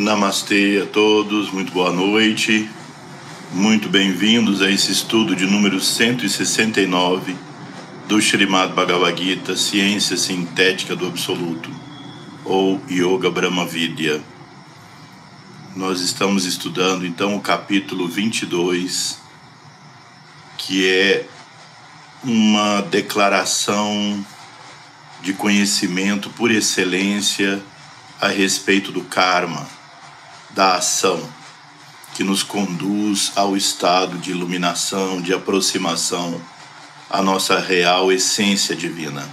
Namastê a todos, muito boa noite, muito bem-vindos a esse estudo de número 169 do Srimad Bhagavad Gita, Ciência Sintética do Absoluto, ou Yoga Brahma Vidya. Nós estamos estudando então o capítulo 22, que é uma declaração de conhecimento por excelência a respeito do karma, da ação, que nos conduz ao estado de iluminação, de aproximação à nossa real essência divina.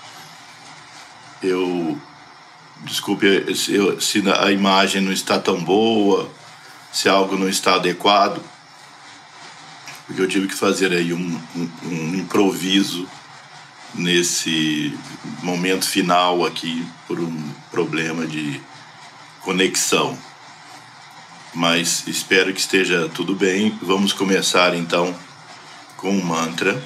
Desculpe se a imagem não está tão boa, se algo não está adequado, porque eu tive que fazer aí um improviso nesse momento final aqui por um problema de conexão. Mas espero que esteja tudo bem. Vamos começar então com o mantra.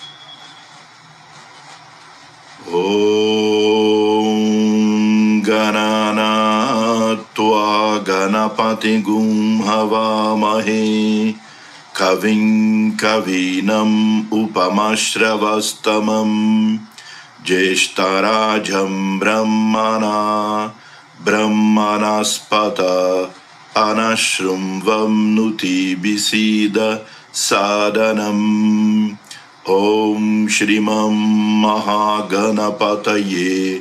Om Ganana Tva Ganapati Gum Havamahe Kavim Kavinam Upamashravastamam Jeshtarajam Brahmanaspata Anashrum Nuti Bisida Sadanam Om Shrimam Mahaganapataye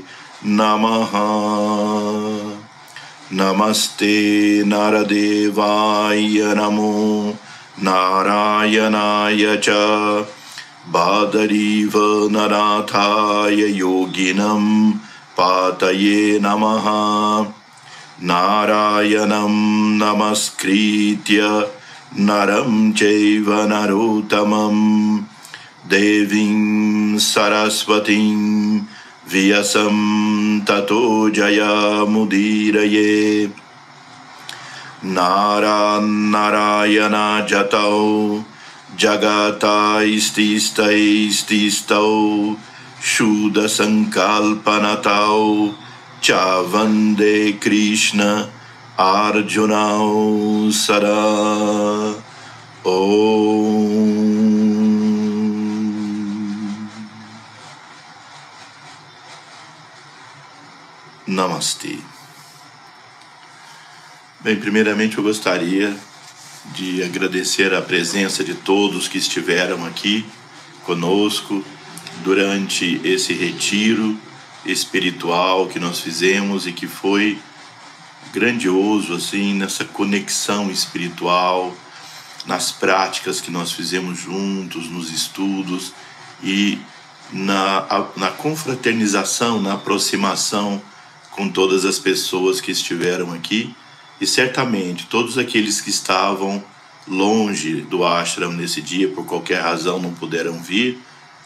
Namaha Namaste Naradevaya Namo Narayanaya Cha Badariva Narathaya Yoginam Pataye Namaha Narayanam Namaskritya Naram Chaiva Narotamam Devim Saraswatim Vyasam Tato Jaya Mudiraye Narayana Jatau Jagata Ististau Shuddha Sankalpanatau Chavande Krishna Arjunau Sara Om Namastê. Bem, primeiramente eu gostaria de agradecer a presença de todos que estiveram aqui conosco durante esse retiro espiritual que nós fizemos e que foi grandioso, assim, nessa conexão espiritual, nas práticas que nós fizemos juntos, nos estudos e na confraternização, na aproximação com todas as pessoas que estiveram aqui. E certamente todos aqueles que estavam longe do ashram nesse dia, por qualquer razão não puderam vir,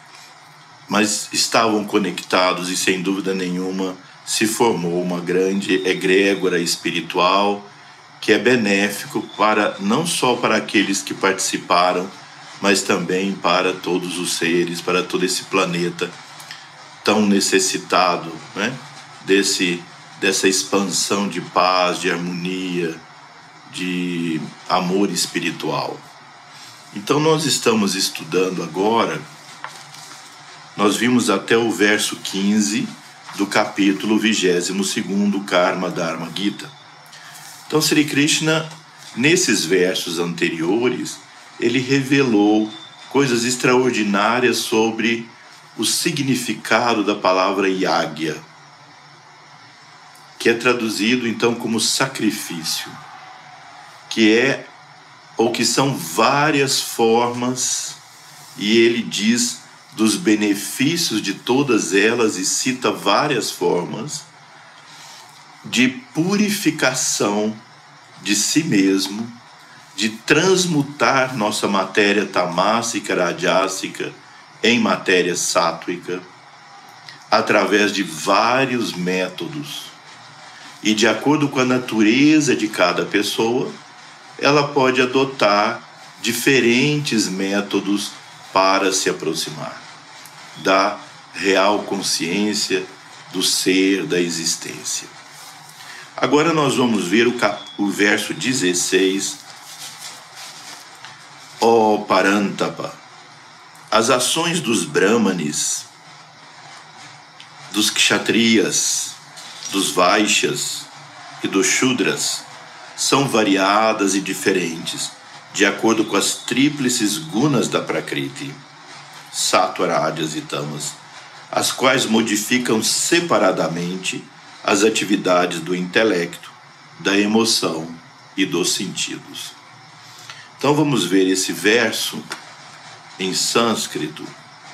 mas estavam conectados e sem dúvida nenhuma se formou uma grande egrégora espiritual que é benéfico não só para aqueles que participaram, mas também para todos os seres, para todo esse planeta tão necessitado, né? Dessa expansão de paz, de harmonia, de amor espiritual. Então nós estamos estudando agora, nós vimos até o verso 15 do capítulo 22º Karma Dharma Gita. Então Sri Krishna, nesses versos anteriores, ele revelou coisas extraordinárias sobre o significado da palavra yagya, que é traduzido então como sacrifício, que são várias formas, e ele diz dos benefícios de todas elas e cita várias formas de purificação de si mesmo, de transmutar nossa matéria tamásica, rajásica em matéria sáttvica, através de vários métodos. E de acordo com a natureza de cada pessoa, ela pode adotar diferentes métodos para se aproximar da real consciência do ser, da existência. Agora nós vamos ver o verso 16. Ó Parantapa, as ações dos Brahmanes, dos Kshatriyas, dos Vaishyas e dos Shudras são variadas e diferentes, de acordo com as tríplices gunas da Prakriti, Sattva, Rajas e Tamas, as quais modificam separadamente as atividades do intelecto, da emoção e dos sentidos. Então vamos ver esse verso em sânscrito.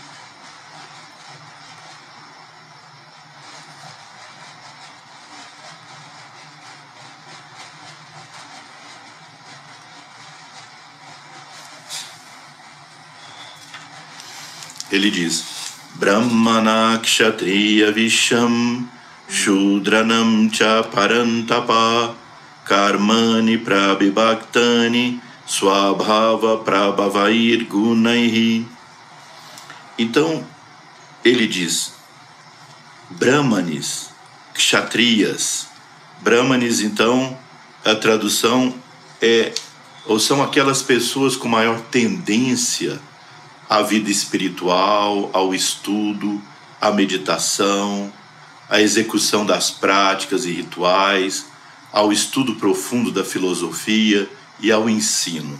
Ele diz: Brahmana kshatriya visham shudranam cha parantapa karmani prabhibhaktani swabhava prabhavair gunaihi. Então, ele diz: Brahmanes, kshatriyas. Brahmanes, então, a tradução é, ou são aquelas pessoas com maior tendência à vida espiritual, ao estudo, à meditação, à execução das práticas e rituais, ao estudo profundo da filosofia e ao ensino.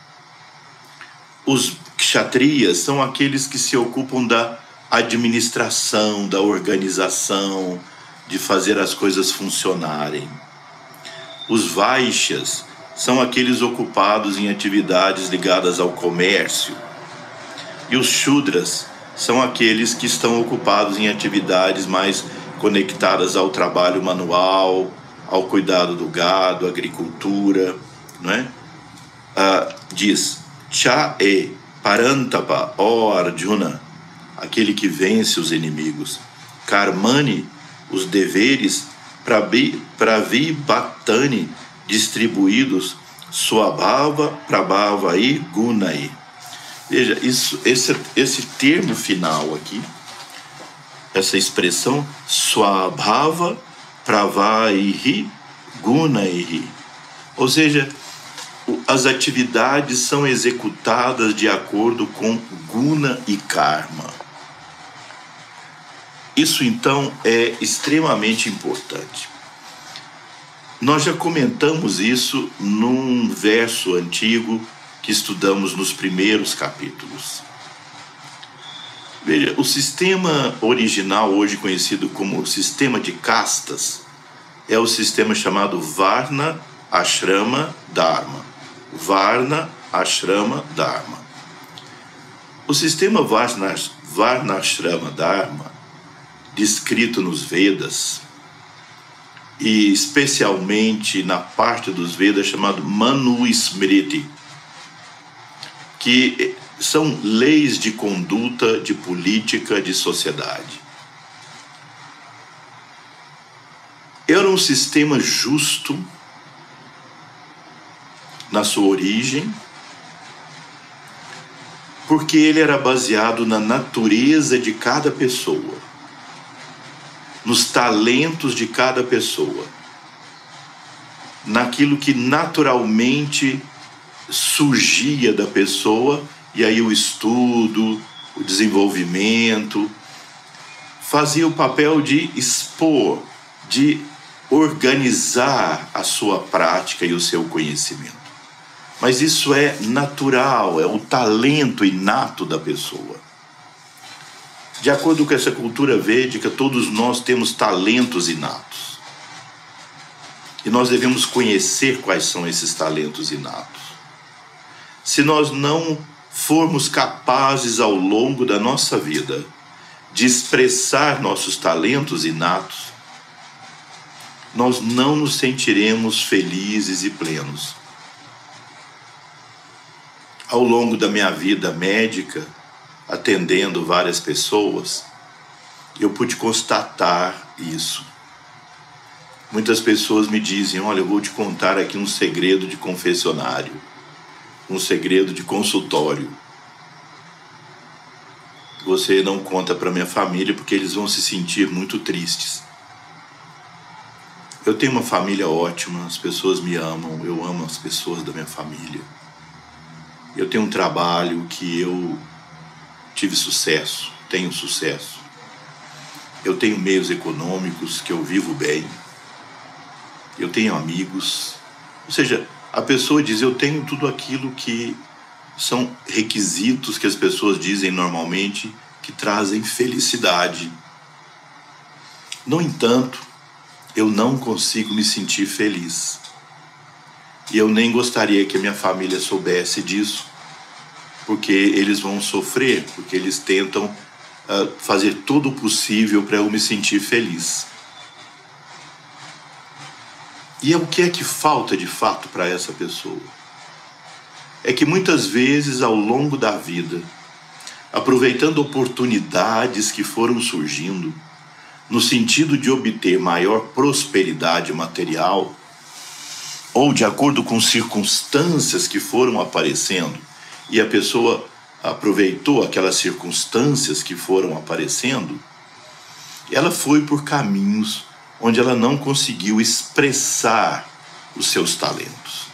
Os kshatriyas são aqueles que se ocupam da administração, da organização, de fazer as coisas funcionarem. Os vaishyas são aqueles ocupados em atividades ligadas ao comércio. E os shudras são aqueles que estão ocupados em atividades mais conectadas ao trabalho manual, ao cuidado do gado, agricultura, não é? Diz: Cha e Parantapa, ó Arjuna, aquele que vence os inimigos. Karmani, os deveres, Pravibhaktani, distribuídos, Swabhava Prabhavai Gunai. Veja, esse termo final aqui, essa expressão, Swabhava Pravaihi Gunaihi, ou seja, as atividades são executadas de acordo com guna e karma. Isso, então, é extremamente importante. Nós já comentamos isso num verso antigo que estudamos nos primeiros capítulos. Veja, o sistema original, hoje conhecido como sistema de castas, é o sistema chamado Varna, Ashrama, Dharma. Varna, Ashrama, Dharma. O sistema Varna, Ashrama, Dharma, descrito nos Vedas, e especialmente na parte dos Vedas chamado Manu Smriti, que são leis de conduta, de política, de sociedade. Era um sistema justo na sua origem, porque ele era baseado na natureza de cada pessoa, nos talentos de cada pessoa, naquilo que naturalmente surgia da pessoa, e aí o estudo, o desenvolvimento, fazia o papel de expor, de organizar a sua prática e o seu conhecimento. Mas isso é natural, é o talento inato da pessoa. De acordo com essa cultura védica, todos nós temos talentos inatos. E nós devemos conhecer quais são esses talentos inatos. Se nós não formos capazes ao longo da nossa vida de expressar nossos talentos inatos, nós não nos sentiremos felizes e plenos. Ao longo da minha vida médica, atendendo várias pessoas, eu pude constatar isso. Muitas pessoas me dizem: olha, eu vou te contar aqui um segredo de confessionário, um segredo de consultório. Você não conta para minha família porque eles vão se sentir muito tristes. Eu tenho uma família ótima, as pessoas me amam, eu amo as pessoas da minha família. Eu tenho um trabalho que eu tive sucesso, tenho sucesso. Eu tenho meios econômicos que eu vivo bem. Eu tenho amigos. Ou seja, a pessoa diz, eu tenho tudo aquilo que são requisitos que as pessoas dizem normalmente que trazem felicidade. No entanto, eu não consigo me sentir feliz. E eu nem gostaria que a minha família soubesse disso, porque eles vão sofrer, porque eles tentam fazer todo o possível para eu me sentir feliz. E o que é que falta de fato para essa pessoa? É que muitas vezes ao longo da vida, aproveitando oportunidades que foram surgindo, no sentido de obter maior prosperidade material, ou de acordo com circunstâncias que foram aparecendo, e a pessoa aproveitou aquelas circunstâncias que foram aparecendo, ela foi por caminhos onde ela não conseguiu expressar os seus talentos.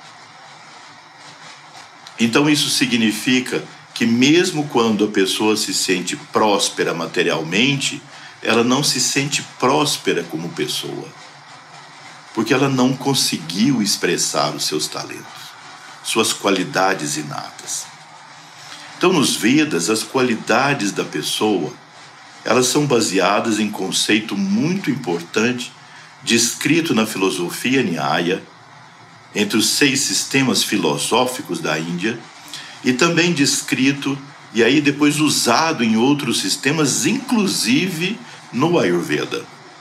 Então isso significa que mesmo quando a pessoa se sente próspera materialmente, ela não se sente próspera como pessoa, porque ela não conseguiu expressar os seus talentos, suas qualidades inatas. Então, nos Vedas, as qualidades da pessoa, elas são baseadas em conceito muito importante, descrito na filosofia Nyaya, entre os 6 sistemas filosóficos da Índia, e também descrito, e aí depois usado em outros sistemas, inclusive no Ayurveda.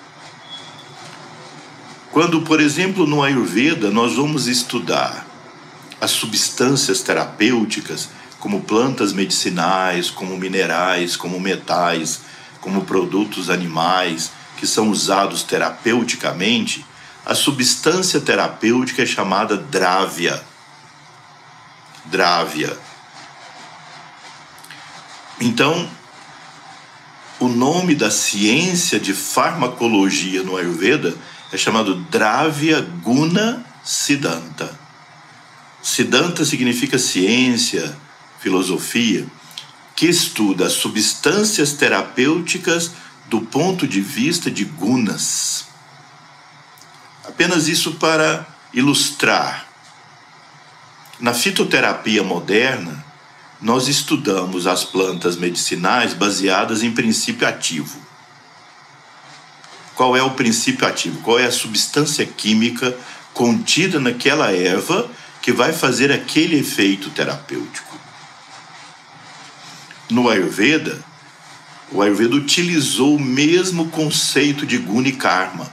Quando, por exemplo, no Ayurveda, nós vamos estudar as substâncias terapêuticas, como plantas medicinais, como minerais, como metais, como produtos animais, que são usados terapeuticamente, a substância terapêutica é chamada Dravya. Dravya. Então, o nome da ciência de farmacologia no Ayurveda é chamado Dravya Guna Siddhanta. Siddhanta significa ciência, filosofia, que estuda as substâncias terapêuticas do ponto de vista de gunas. Apenas isso para ilustrar. Na fitoterapia moderna, nós estudamos as plantas medicinais baseadas em princípio ativo. Qual é o princípio ativo? Qual é a substância química contida naquela erva que vai fazer aquele efeito terapêutico? No Ayurveda, o Ayurveda utilizou o mesmo conceito de guna e karma.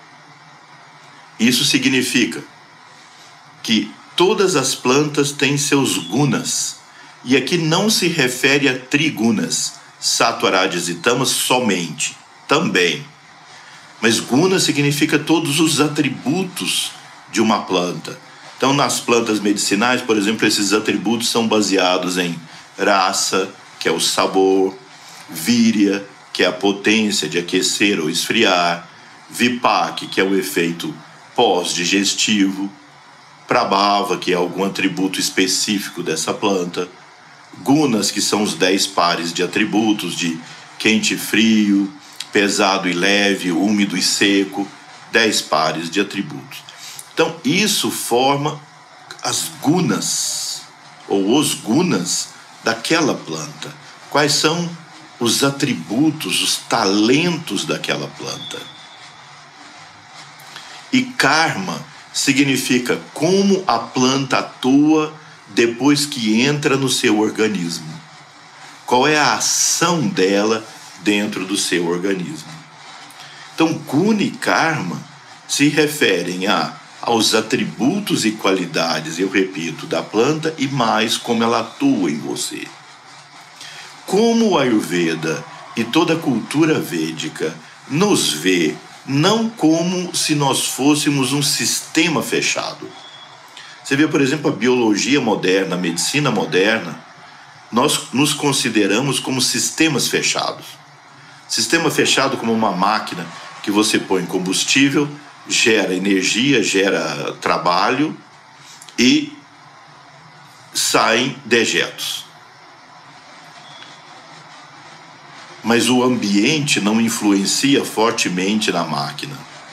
Isso significa que todas as plantas têm seus gunas, e aqui não se refere a trigunas, sattva, rajas e tamas somente, também. Mas guna significa todos os atributos de uma planta. Então, nas plantas medicinais, por exemplo, esses atributos são baseados em rasa, que é o sabor, virya, que é a potência de aquecer ou esfriar, vipaka, que é o efeito pós-digestivo, prabhava, que é algum atributo específico dessa planta, gunas, que são os 10 pares de atributos de quente e frio, pesado e leve, úmido e seco, 10 pares de atributos. Então, isso forma as gunas, ou os gunas, daquela planta. Quais são os atributos, os talentos daquela planta? E karma significa como a planta atua depois que entra no seu organismo. Qual é a ação dela dentro do seu organismo? Então, guna e karma se referem aos atributos e qualidades, eu repito, da planta e mais como ela atua em você. Como o Ayurveda e toda a cultura védica nos vê não como se nós fôssemos um sistema fechado. Você vê, por exemplo, a biologia moderna, a medicina moderna, nós nos consideramos como sistemas fechados. Sistema fechado como uma máquina que você põe combustível, gera energia, gera trabalho e saem dejetos. Mas o ambiente não influencia fortemente na máquina.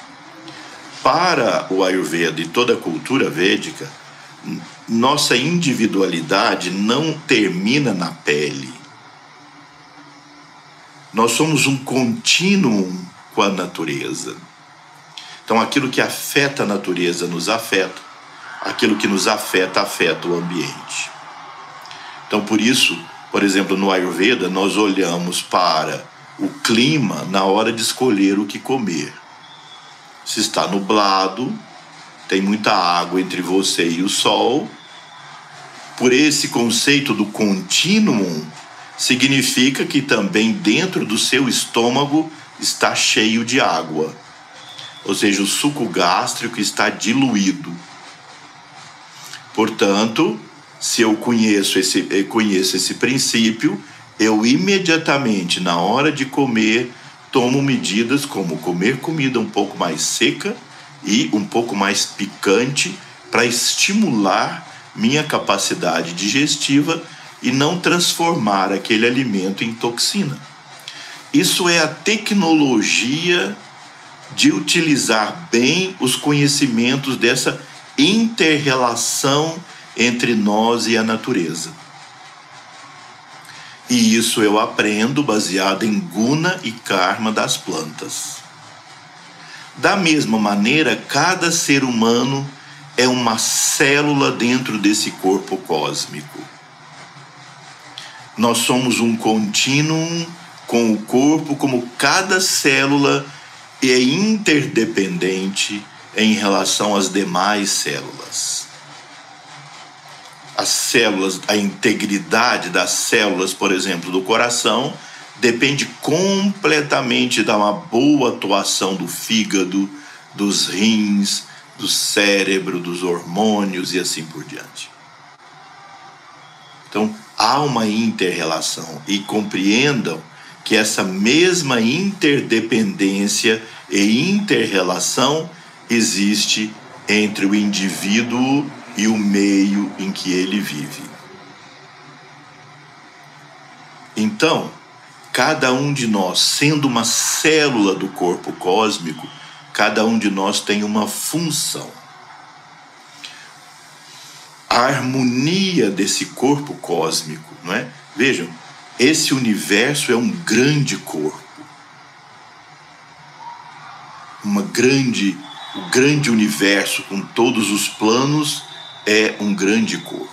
Para o Ayurveda e toda a cultura védica, nossa individualidade não termina na pele. Nós somos um contínuo com a natureza. Então, aquilo que afeta a natureza nos afeta, aquilo que nos afeta, afeta o ambiente. Então, por isso, por exemplo, no Ayurveda, nós olhamos para o clima na hora de escolher o que comer. Se está nublado, tem muita água entre você e o sol. Por esse conceito do contínuo, significa que também dentro do seu estômago está cheio de água. Ou seja, o suco gástrico está diluído. Portanto, se eu conheço esse princípio, eu imediatamente, na hora de comer, tomo medidas como comer comida um pouco mais seca e um pouco mais picante para estimular minha capacidade digestiva e não transformar aquele alimento em toxina. Isso é a tecnologia de utilizar bem os conhecimentos dessa inter-relação entre nós e a natureza. E isso eu aprendo baseado em guna e karma das plantas. Da mesma maneira, cada ser humano é uma célula dentro desse corpo cósmico. Nós somos um contínuo com o corpo, como cada célula é interdependente em relação às demais células. As células, a integridade das células, por exemplo, do coração, depende completamente de uma boa atuação do fígado, dos rins, do cérebro, dos hormônios e assim por diante. Então, há uma inter-relação e compreendam que essa mesma interdependência e inter-relação existe entre o indivíduo e o meio em que ele vive. Então, cada um de nós, sendo uma célula do corpo cósmico, cada um de nós tem uma função. A harmonia desse corpo cósmico, não é? Vejam, esse universo é um grande corpo. O grande universo com todos os planos é um grande corpo.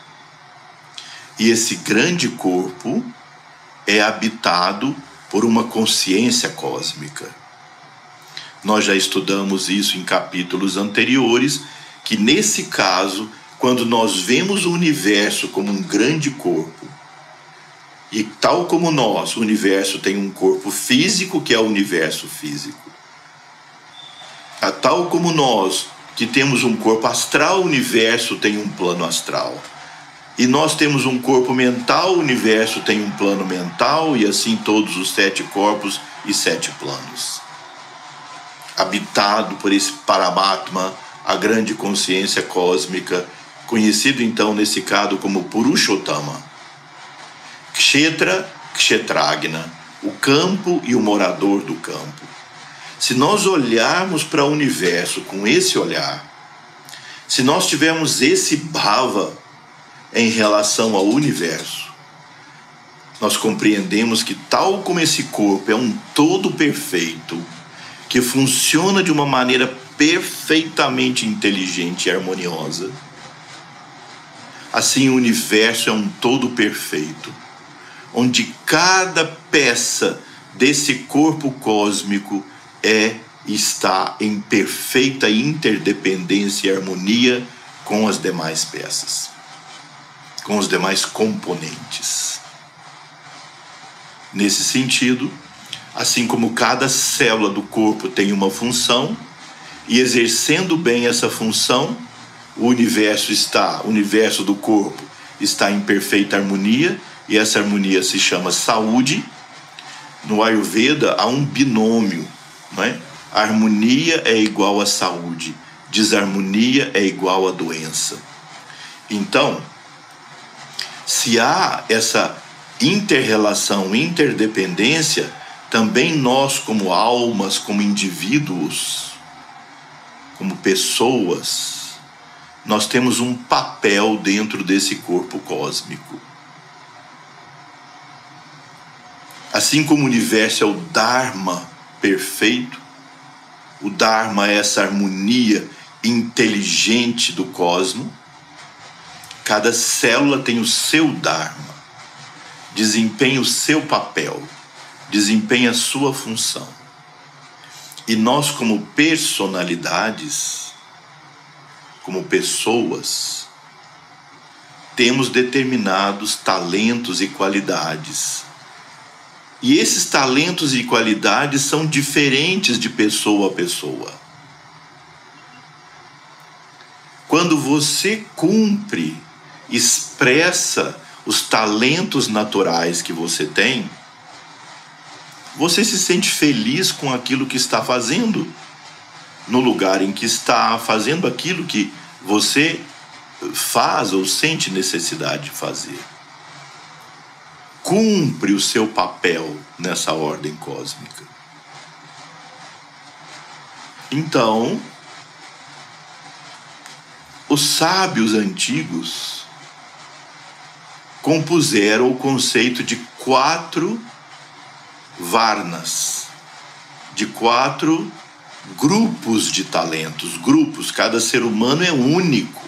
E esse grande corpo é habitado por uma consciência cósmica. Nós já estudamos isso em capítulos anteriores, que nesse caso, quando nós vemos o universo como um grande corpo, e tal como nós, o universo tem um corpo físico, que é o universo físico. Tal como nós, que temos um corpo astral, o universo tem um plano astral. E nós temos um corpo mental, o universo tem um plano mental, e assim todos os 7 corpos e 7 planos. Habitado por esse Paramatma, a grande consciência cósmica, conhecido então nesse caso como Purushottama. Kshetra, Kshetragna, o campo e o morador do campo. Se nós olharmos para o universo com esse olhar, se nós tivermos esse bhava em relação ao universo, nós compreendemos que tal como esse corpo é um todo perfeito, que funciona de uma maneira perfeitamente inteligente e harmoniosa, assim o universo é um todo perfeito, onde cada peça desse corpo cósmico está em perfeita interdependência e harmonia com as demais peças, com os demais componentes. Nesse sentido, assim como cada célula do corpo tem uma função, e exercendo bem essa função, o universo do corpo está em perfeita harmonia, e essa harmonia se chama saúde. No Ayurveda há um binômio, não é? Harmonia é igual a saúde, desarmonia é igual a doença. Então, se há essa inter-relação, interdependência, também nós, como almas, como indivíduos, como pessoas, nós temos um papel dentro desse corpo cósmico. Assim como o universo é o Dharma perfeito, o Dharma é essa harmonia inteligente do cosmos, cada célula tem o seu Dharma, desempenha o seu papel, desempenha a sua função. E nós, como personalidades, como pessoas, temos determinados talentos e qualidades. E esses talentos e qualidades são diferentes de pessoa a pessoa. Quando você cumpre, expressa os talentos naturais que você tem, você se sente feliz com aquilo que está fazendo, no lugar em que está fazendo aquilo que você faz ou sente necessidade de fazer. Cumpre o seu papel nessa ordem cósmica. Então, os sábios antigos compuseram o conceito de 4 varnas, de 4 grupos de talentos. Grupos, cada ser humano é único.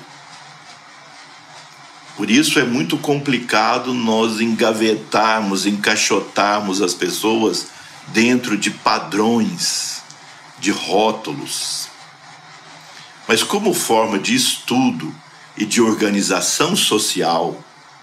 Por isso é muito complicado nós engavetarmos, encaixotarmos as pessoas dentro de padrões, de rótulos. Mas como forma de estudo e de organização social,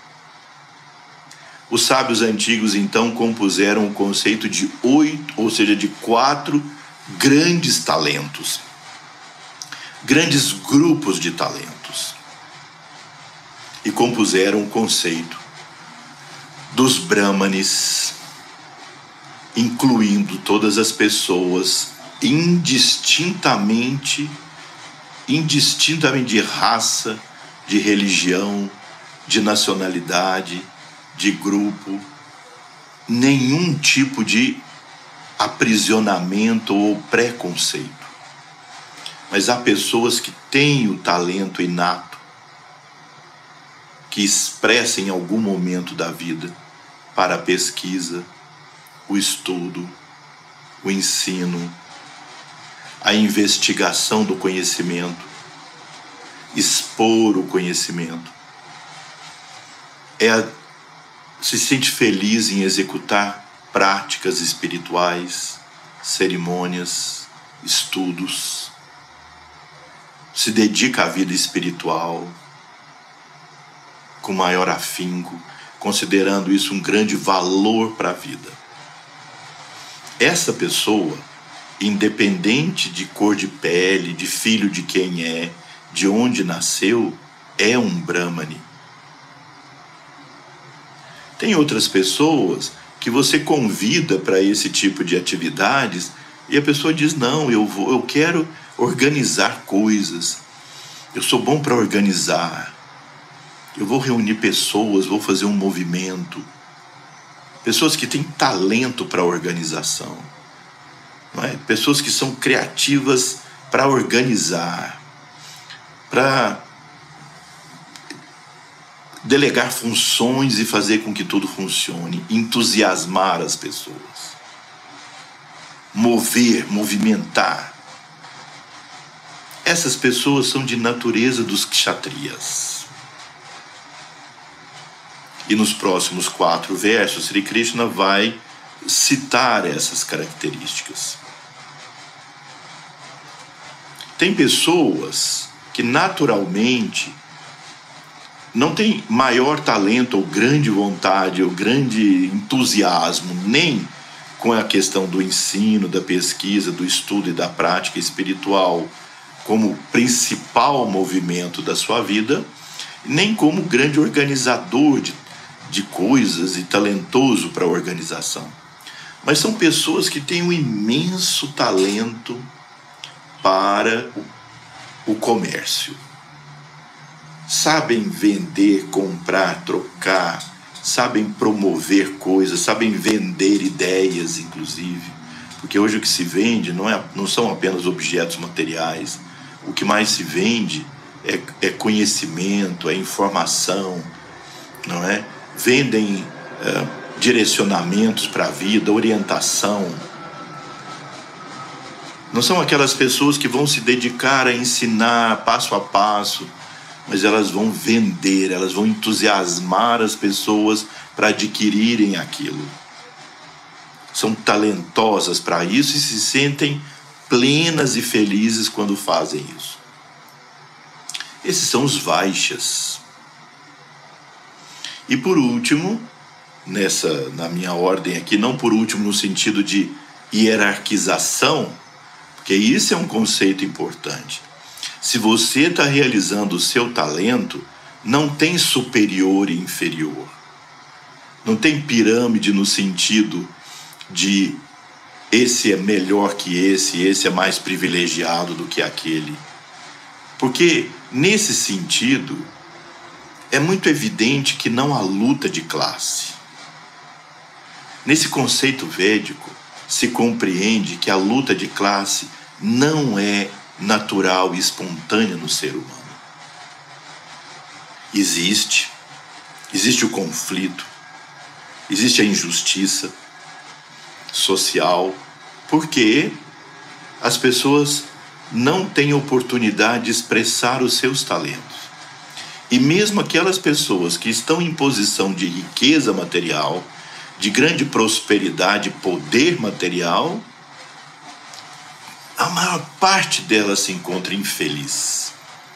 os sábios antigos então compuseram o conceito de 8, ou seja, de 4 grandes talentos, grandes grupos de talentos. E compuseram o conceito dos Brahmanes, incluindo todas as pessoas indistintamente de raça, de religião, de nacionalidade, de grupo, nenhum tipo de aprisionamento ou preconceito. Mas há pessoas que têm o talento inato, que expressa em algum momento da vida para a pesquisa, o estudo, o ensino, a investigação do conhecimento, expor o conhecimento. Se sente feliz em executar práticas espirituais, cerimônias, estudos, se dedica à vida espiritual com maior afinco, considerando isso um grande valor para a vida. Essa pessoa, independente de cor de pele, de filho de quem é, de onde nasceu, é um Brahmane. Tem outras pessoas que você convida para esse tipo de atividades e a pessoa diz, não, eu quero organizar coisas, eu sou bom para organizar, eu vou reunir pessoas, vou fazer um movimento. Pessoas que têm talento para organização, não é? Pessoas que são criativas para organizar, para delegar funções e fazer com que tudo funcione, entusiasmar as pessoas, movimentar. Essas pessoas são de natureza dos kshatriyas. E nos próximos 4 versos, Sri Krishna vai citar essas características. Tem pessoas que naturalmente não têm maior talento ou grande vontade ou grande entusiasmo, nem com a questão do ensino, da pesquisa, do estudo e da prática espiritual como principal movimento da sua vida, nem como grande organizador de coisas e talentoso para a organização. Mas são pessoas que têm um imenso talento para o comércio. Sabem vender, comprar, trocar, sabem promover coisas, sabem vender ideias, inclusive. Porque hoje o que se vende não são apenas objetos materiais. O que mais se vende é conhecimento, é informação, não é? Vendem direcionamentos para a vida, orientação. Não são aquelas pessoas que vão se dedicar a ensinar passo a passo, mas elas vão vender, elas vão entusiasmar as pessoas para adquirirem aquilo. São talentosas para isso e se sentem plenas e felizes quando fazem isso. Esses são os Vaixas. E por último, na minha ordem aqui, não por último no sentido de hierarquização, porque isso é um conceito importante. Se você está realizando o seu talento, não tem superior e inferior. Não tem pirâmide no sentido de esse é melhor que esse é mais privilegiado do que aquele. Porque, nesse sentido, é muito evidente que não há luta de classe. Nesse conceito védico, se compreende que a luta de classe não é natural e espontânea no ser humano. Existe o conflito, existe a injustiça social, porque as pessoas não têm oportunidade de expressar os seus talentos. E mesmo aquelas pessoas que estão em posição de riqueza material, de grande prosperidade, poder material, a maior parte delas se encontra infeliz.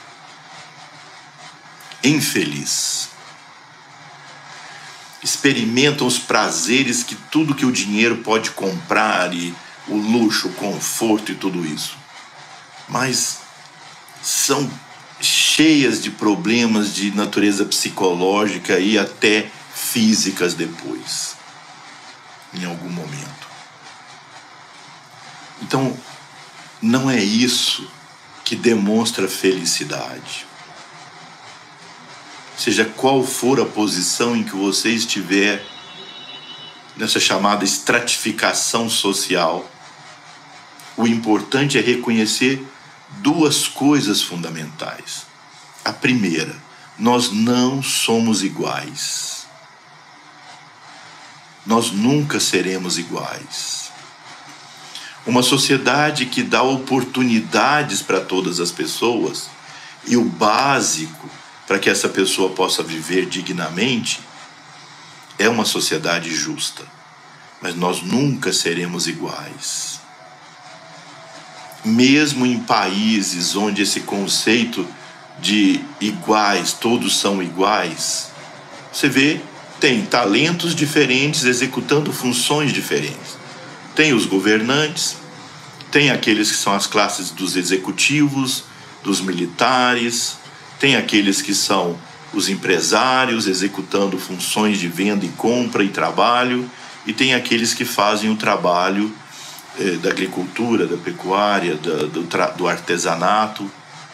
Experimentam os prazeres que tudo que o dinheiro pode comprar, e o luxo, o conforto e tudo isso. Mas são cheias de problemas de natureza psicológica e até físicas depois, em algum momento. Então, não é isso que demonstra felicidade. Seja qual for a posição em que você estiver nessa chamada estratificação social, o importante é reconhecer duas coisas fundamentais. A primeira, nós não somos iguais. Nós nunca seremos iguais. Uma sociedade que dá oportunidades para todas as pessoas e o básico para que essa pessoa possa viver dignamente é uma sociedade justa. Mas nós nunca seremos iguais. Mesmo em países onde esse conceito de iguais, todos são iguais, você vê, tem talentos diferentes executando funções diferentes. Tem os governantes, tem aqueles que são as classes dos executivos, dos militares, tem aqueles que são os empresários executando funções de venda e compra e trabalho, e tem aqueles que fazem o trabalho da agricultura, da pecuária, do artesanato.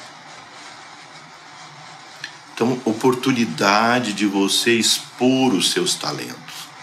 Então, oportunidade de você expor os seus talentos.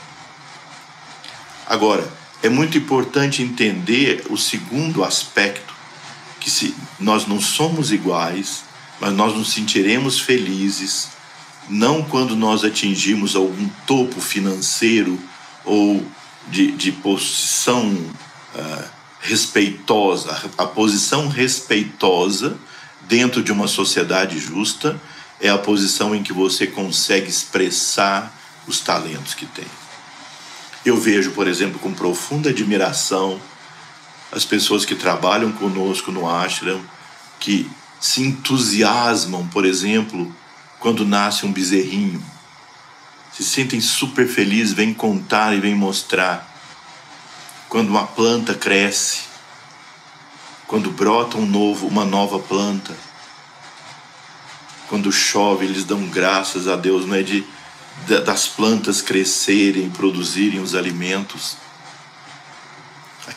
Agora, é muito importante entender o segundo aspecto, que se nós não somos iguais, mas nós nos sentiremos felizes, não quando nós atingimos algum topo financeiro ou de posição respeitosa. A posição respeitosa dentro de uma sociedade justa é a posição em que você consegue expressar os talentos que tem. Eu vejo, por exemplo, com profunda admiração as pessoas que trabalham conosco no ashram, que se entusiasmam, por exemplo, quando nasce um bezerrinho. Se sentem super felizes, vêm contar e vêm mostrar. Quando uma planta cresce, quando brota uma nova planta, quando chove, eles dão graças a Deus, não é das plantas crescerem, produzirem os alimentos,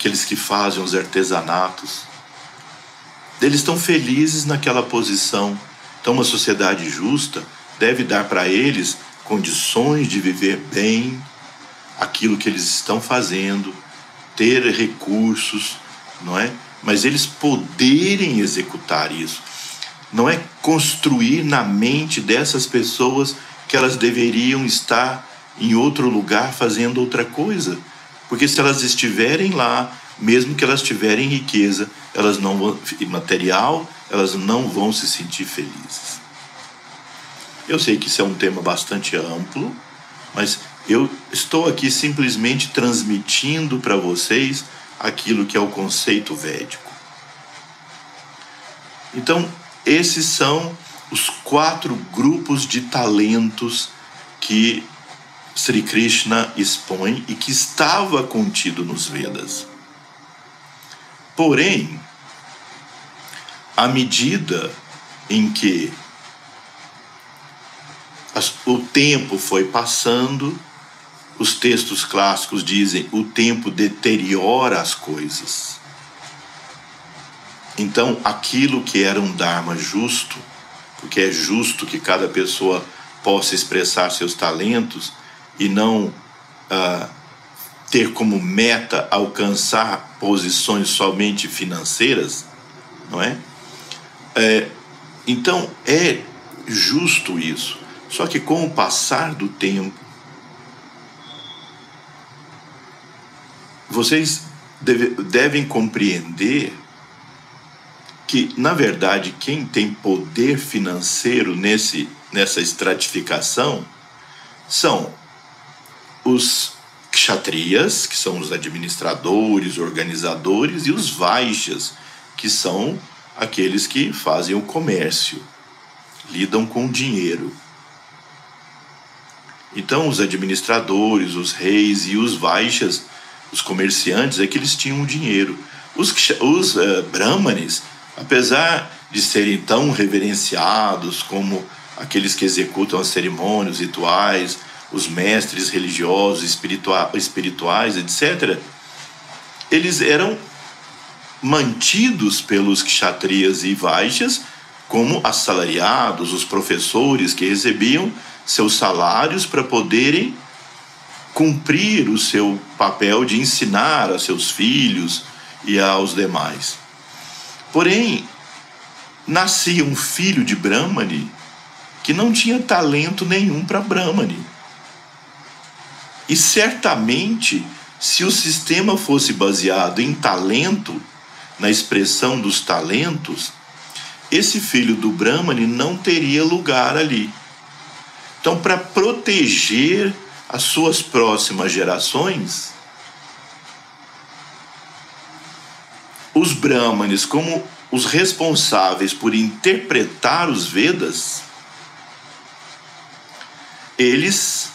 aqueles que fazem os artesanatos. Eles estão felizes naquela posição. Então, uma sociedade justa deve dar para eles condições de viver bem aquilo que eles estão fazendo, ter recursos, não é? Mas eles poderem executar isso. Não é construir na mente dessas pessoas que elas deveriam estar em outro lugar fazendo outra coisa. Porque se elas estiverem lá, mesmo que elas tiverem riqueza, elas não vão, e material, elas não vão se sentir felizes. Eu sei que isso é um tema bastante amplo, mas eu estou aqui simplesmente transmitindo para vocês aquilo que é o conceito védico. Então, esses são os 4 grupos de talentos que Sri Krishna expõe e que estava contido nos Vedas. Porém, à medida em que o tempo foi passando, os textos clássicos dizem o tempo deteriora as coisas. Então, aquilo que era um dharma justo, porque é justo que cada pessoa possa expressar seus talentos e não ter como meta alcançar posições somente financeiras, não é? Então, é justo isso. Só que com o passar do tempo, vocês devem compreender que, na verdade, quem tem poder financeiro nessa estratificação são os kshatriyas, que são os administradores, organizadores, e os vaishyas, que são aqueles que fazem o comércio, lidam com dinheiro. Então, os administradores, os reis e os vaishyas, os comerciantes, é que eles tinham dinheiro. Os brahmanes, apesar de serem tão reverenciados como aqueles que executam as cerimônias, rituais, os mestres religiosos, espirituais, etc., eles eram mantidos pelos kshatriyas e vaishyas como assalariados, os professores que recebiam seus salários para poderem cumprir o seu papel de ensinar a seus filhos e aos demais. Porém, nascia um filho de Brahmani que não tinha talento nenhum para Brahmani. E certamente, se o sistema fosse baseado em talento, na expressão dos talentos, esse filho do Brahmani não teria lugar ali. Então, para proteger as suas próximas gerações, os Brahmanes, como os responsáveis por interpretar os Vedas, eles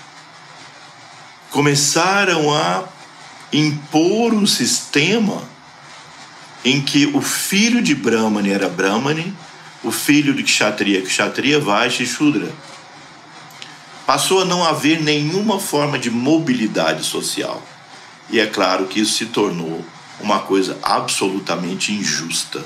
começaram a impor um sistema em que o filho de Brahmani era Brahmani, o filho de Kshatriya, Kshatriya, Vaishya e Shudra. Passou a não haver nenhuma forma de mobilidade social. E é claro que isso se tornou uma coisa absolutamente injusta.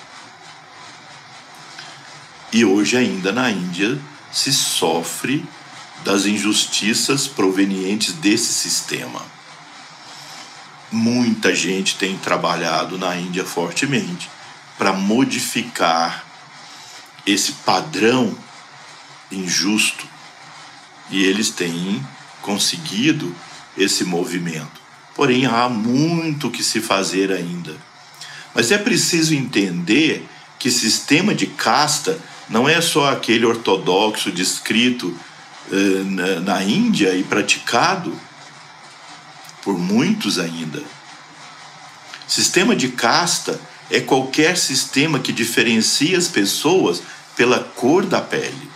E hoje ainda na Índia se sofre das injustiças provenientes desse sistema. Muita gente tem trabalhado na Índia fortemente para modificar esse padrão injusto, e eles têm conseguido esse movimento. Porém, há muito que se fazer ainda. Mas é preciso entender que sistema de casta não é só aquele ortodoxo descrito na Índia e praticado por muitos ainda. Sistema de casta é qualquer sistema que diferencia as pessoas pela cor da pele,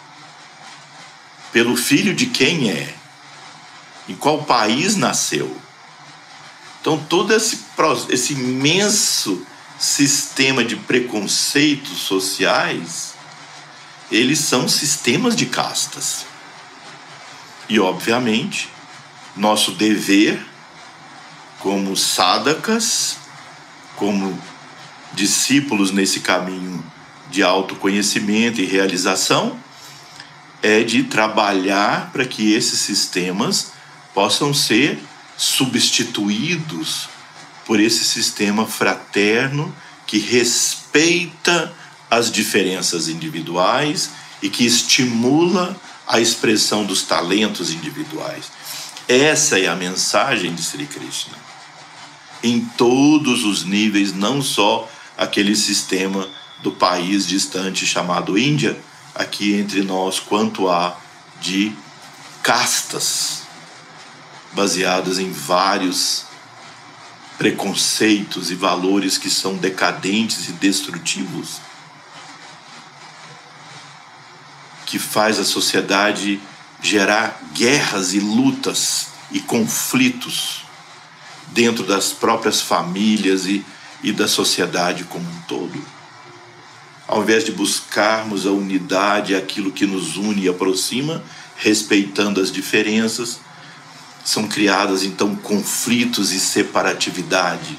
pelo filho de quem é, em qual país nasceu. Então, todo esse imenso sistema de preconceitos sociais, eles são sistemas de castas. E, obviamente, nosso dever como sadakas, como discípulos nesse caminho de autoconhecimento e realização, é de trabalhar para que esses sistemas possam ser substituídos por esse sistema fraterno que respeita as diferenças individuais e que estimula a expressão dos talentos individuais. Essa é a mensagem de Sri Krishna, em todos os níveis, não só aquele sistema do país distante chamado Índia, aqui entre nós, quanto há de castas baseadas em vários preconceitos e valores que são decadentes e destrutivos, que faz a sociedade gerar guerras e lutas e conflitos dentro das próprias famílias e da sociedade como um todo. Ao invés de buscarmos a unidade, aquilo que nos une e aproxima, respeitando as diferenças, são criadas então conflitos e separatividade.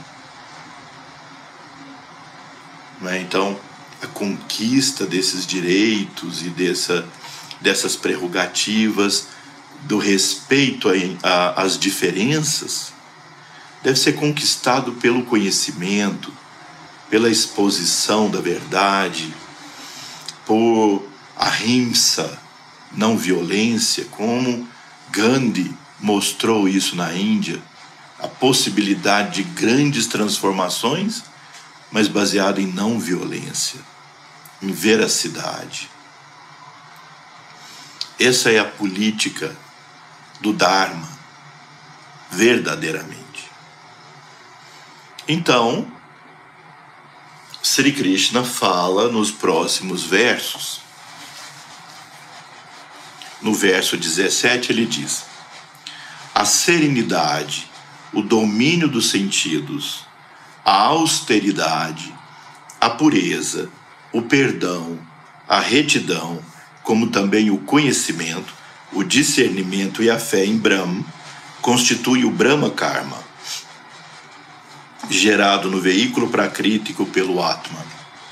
Então, a conquista desses direitos e dessas prerrogativas, do respeito às diferenças, deve ser conquistado pelo conhecimento, pela exposição da verdade, por ahimsa, não violência, como Gandhi mostrou isso na Índia, a possibilidade de grandes transformações, mas baseado em não violência, em veracidade. Essa é a política do Dharma, verdadeiramente. Então, Sri Krishna fala nos próximos versos. No verso 17 ele diz: a serenidade, o domínio dos sentidos, a austeridade, a pureza, o perdão, a retidão, como também o conhecimento, o discernimento e a fé em Brahma, constitui o Brahma Karma, gerado no veículo prakrítico pelo Atman.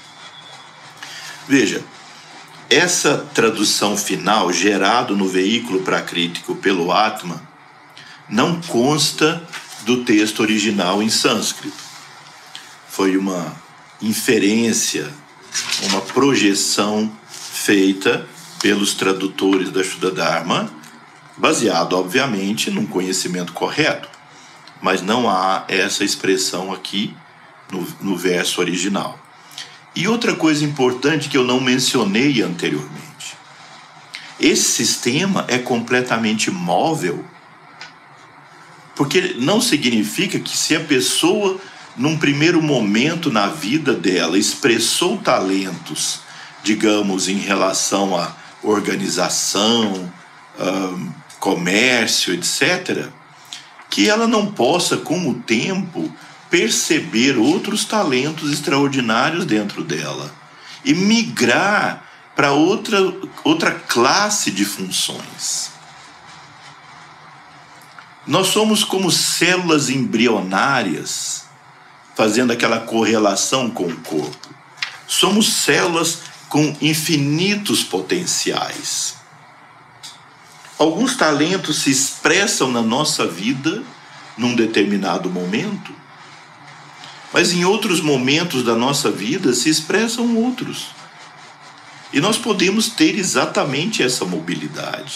Veja, essa tradução final, gerado no veículo prakrítico pelo Atman, não consta do texto original em sânscrito. Foi uma inferência, uma projeção feita pelos tradutores da Shuddha Dharma, baseado, obviamente, num conhecimento correto. Mas não há essa expressão aqui no verso original. E outra coisa importante que eu não mencionei anteriormente: esse sistema é completamente móvel, porque não significa que se a pessoa, num primeiro momento na vida dela, expressou talentos, digamos, em relação à organização, comércio, etc., que ela não possa, com o tempo, perceber outros talentos extraordinários dentro dela e migrar para outra classe de funções. Nós somos como células embrionárias, fazendo aquela correlação com o corpo. Somos células com infinitos potenciais. Alguns talentos se expressam na nossa vida num determinado momento, mas em outros momentos da nossa vida se expressam outros. E nós podemos ter exatamente essa mobilidade.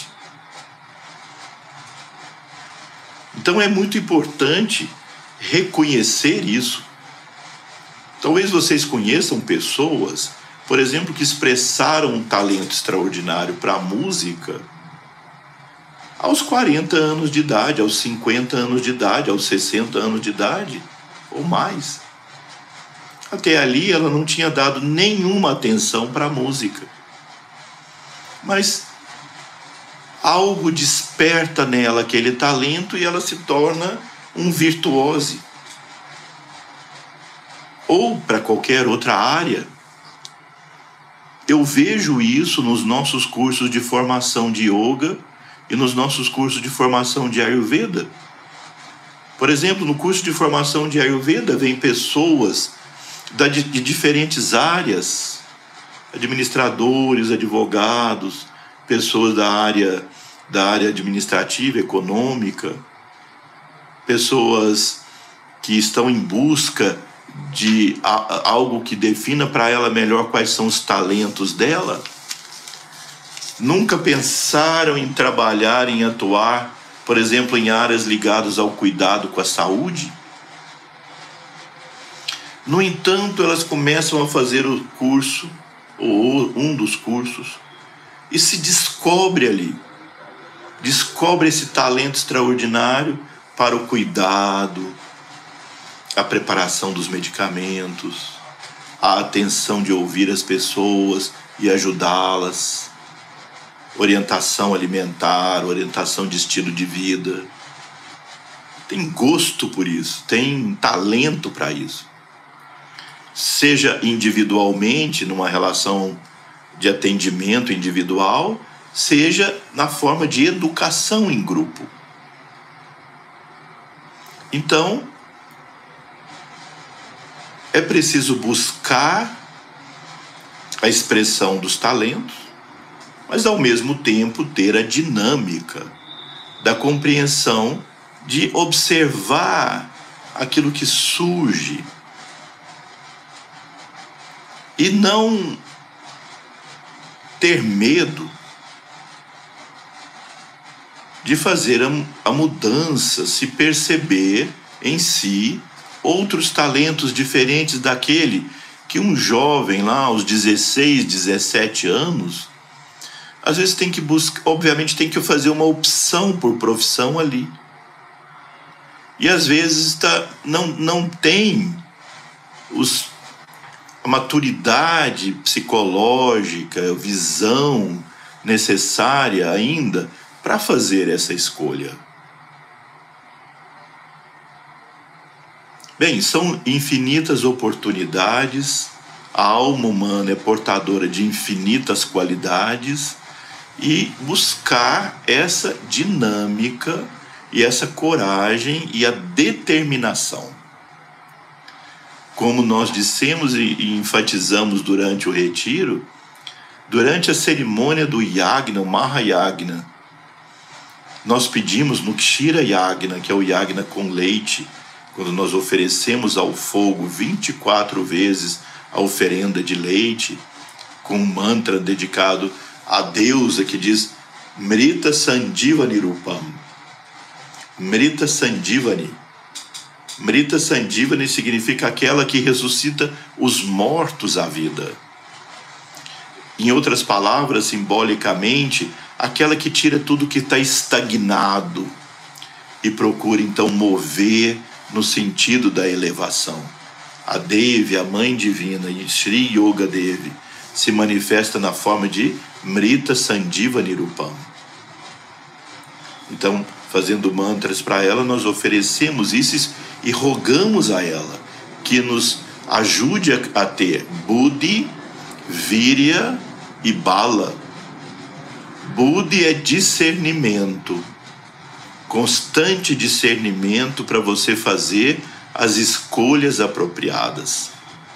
Então é muito importante reconhecer isso. Talvez vocês conheçam pessoas, por exemplo, que expressaram um talento extraordinário para a música aos 40 anos de idade, aos 50 anos de idade, aos 60 anos de idade, ou mais. Até ali ela não tinha dado nenhuma atenção para a música. Mas algo desperta nela aquele talento e ela se torna um virtuose. Ou para qualquer outra área. Eu vejo isso nos nossos cursos de formação de yoga e nos nossos cursos de formação de Ayurveda. Por exemplo, no curso de formação de Ayurveda vem pessoas de diferentes áreas, administradores, advogados, pessoas da área administrativa, econômica, pessoas que estão em busca de algo que defina para ela melhor quais são os talentos dela. Nunca pensaram em trabalhar, em atuar, por exemplo, em áreas ligadas ao cuidado com a saúde? No entanto, elas começam a fazer o curso, ou um dos cursos, e se descobre ali. Descobre esse talento extraordinário para o cuidado, a preparação dos medicamentos, a atenção de ouvir as pessoas e ajudá-las, orientação alimentar, orientação de estilo de vida. Tem gosto por isso, tem talento para isso. Seja individualmente, numa relação de atendimento individual, seja na forma de educação em grupo. Então, é preciso buscar a expressão dos talentos, mas ao mesmo tempo ter a dinâmica da compreensão de observar aquilo que surge e não ter medo de fazer a mudança, se perceber em si outros talentos diferentes daquele que um jovem lá aos 16, 17 anos, às vezes tem que buscar, obviamente tem que fazer uma opção por profissão ali. E às vezes não tem a maturidade psicológica, a visão necessária ainda para fazer essa escolha. Bem, são infinitas oportunidades, a alma humana é portadora de infinitas qualidades e buscar essa dinâmica e essa coragem e a determinação. Como nós dissemos e enfatizamos durante o retiro, durante a cerimônia do Yagna, o Mahayagna, nós pedimos no Kshira Yagna, que é o Yagna com leite, quando nós oferecemos ao fogo 24 vezes a oferenda de leite, com um mantra dedicado à deusa que diz Mrita Sandivani Rupam. Mrita Sandivani. Mrita Sandivani significa aquela que ressuscita os mortos à vida. Em outras palavras, simbolicamente, aquela que tira tudo que está estagnado e procura então mover no sentido da elevação. A Devi, a Mãe Divina, e Sri Yoga Devi, se manifesta na forma de Mrita Sandivani Rupam. Então, fazendo mantras para ela, nós oferecemos isso e rogamos a ela que nos ajude a ter Buddhi, Virya e Bala. Buddhi é discernimento, constante discernimento para você fazer as escolhas apropriadas.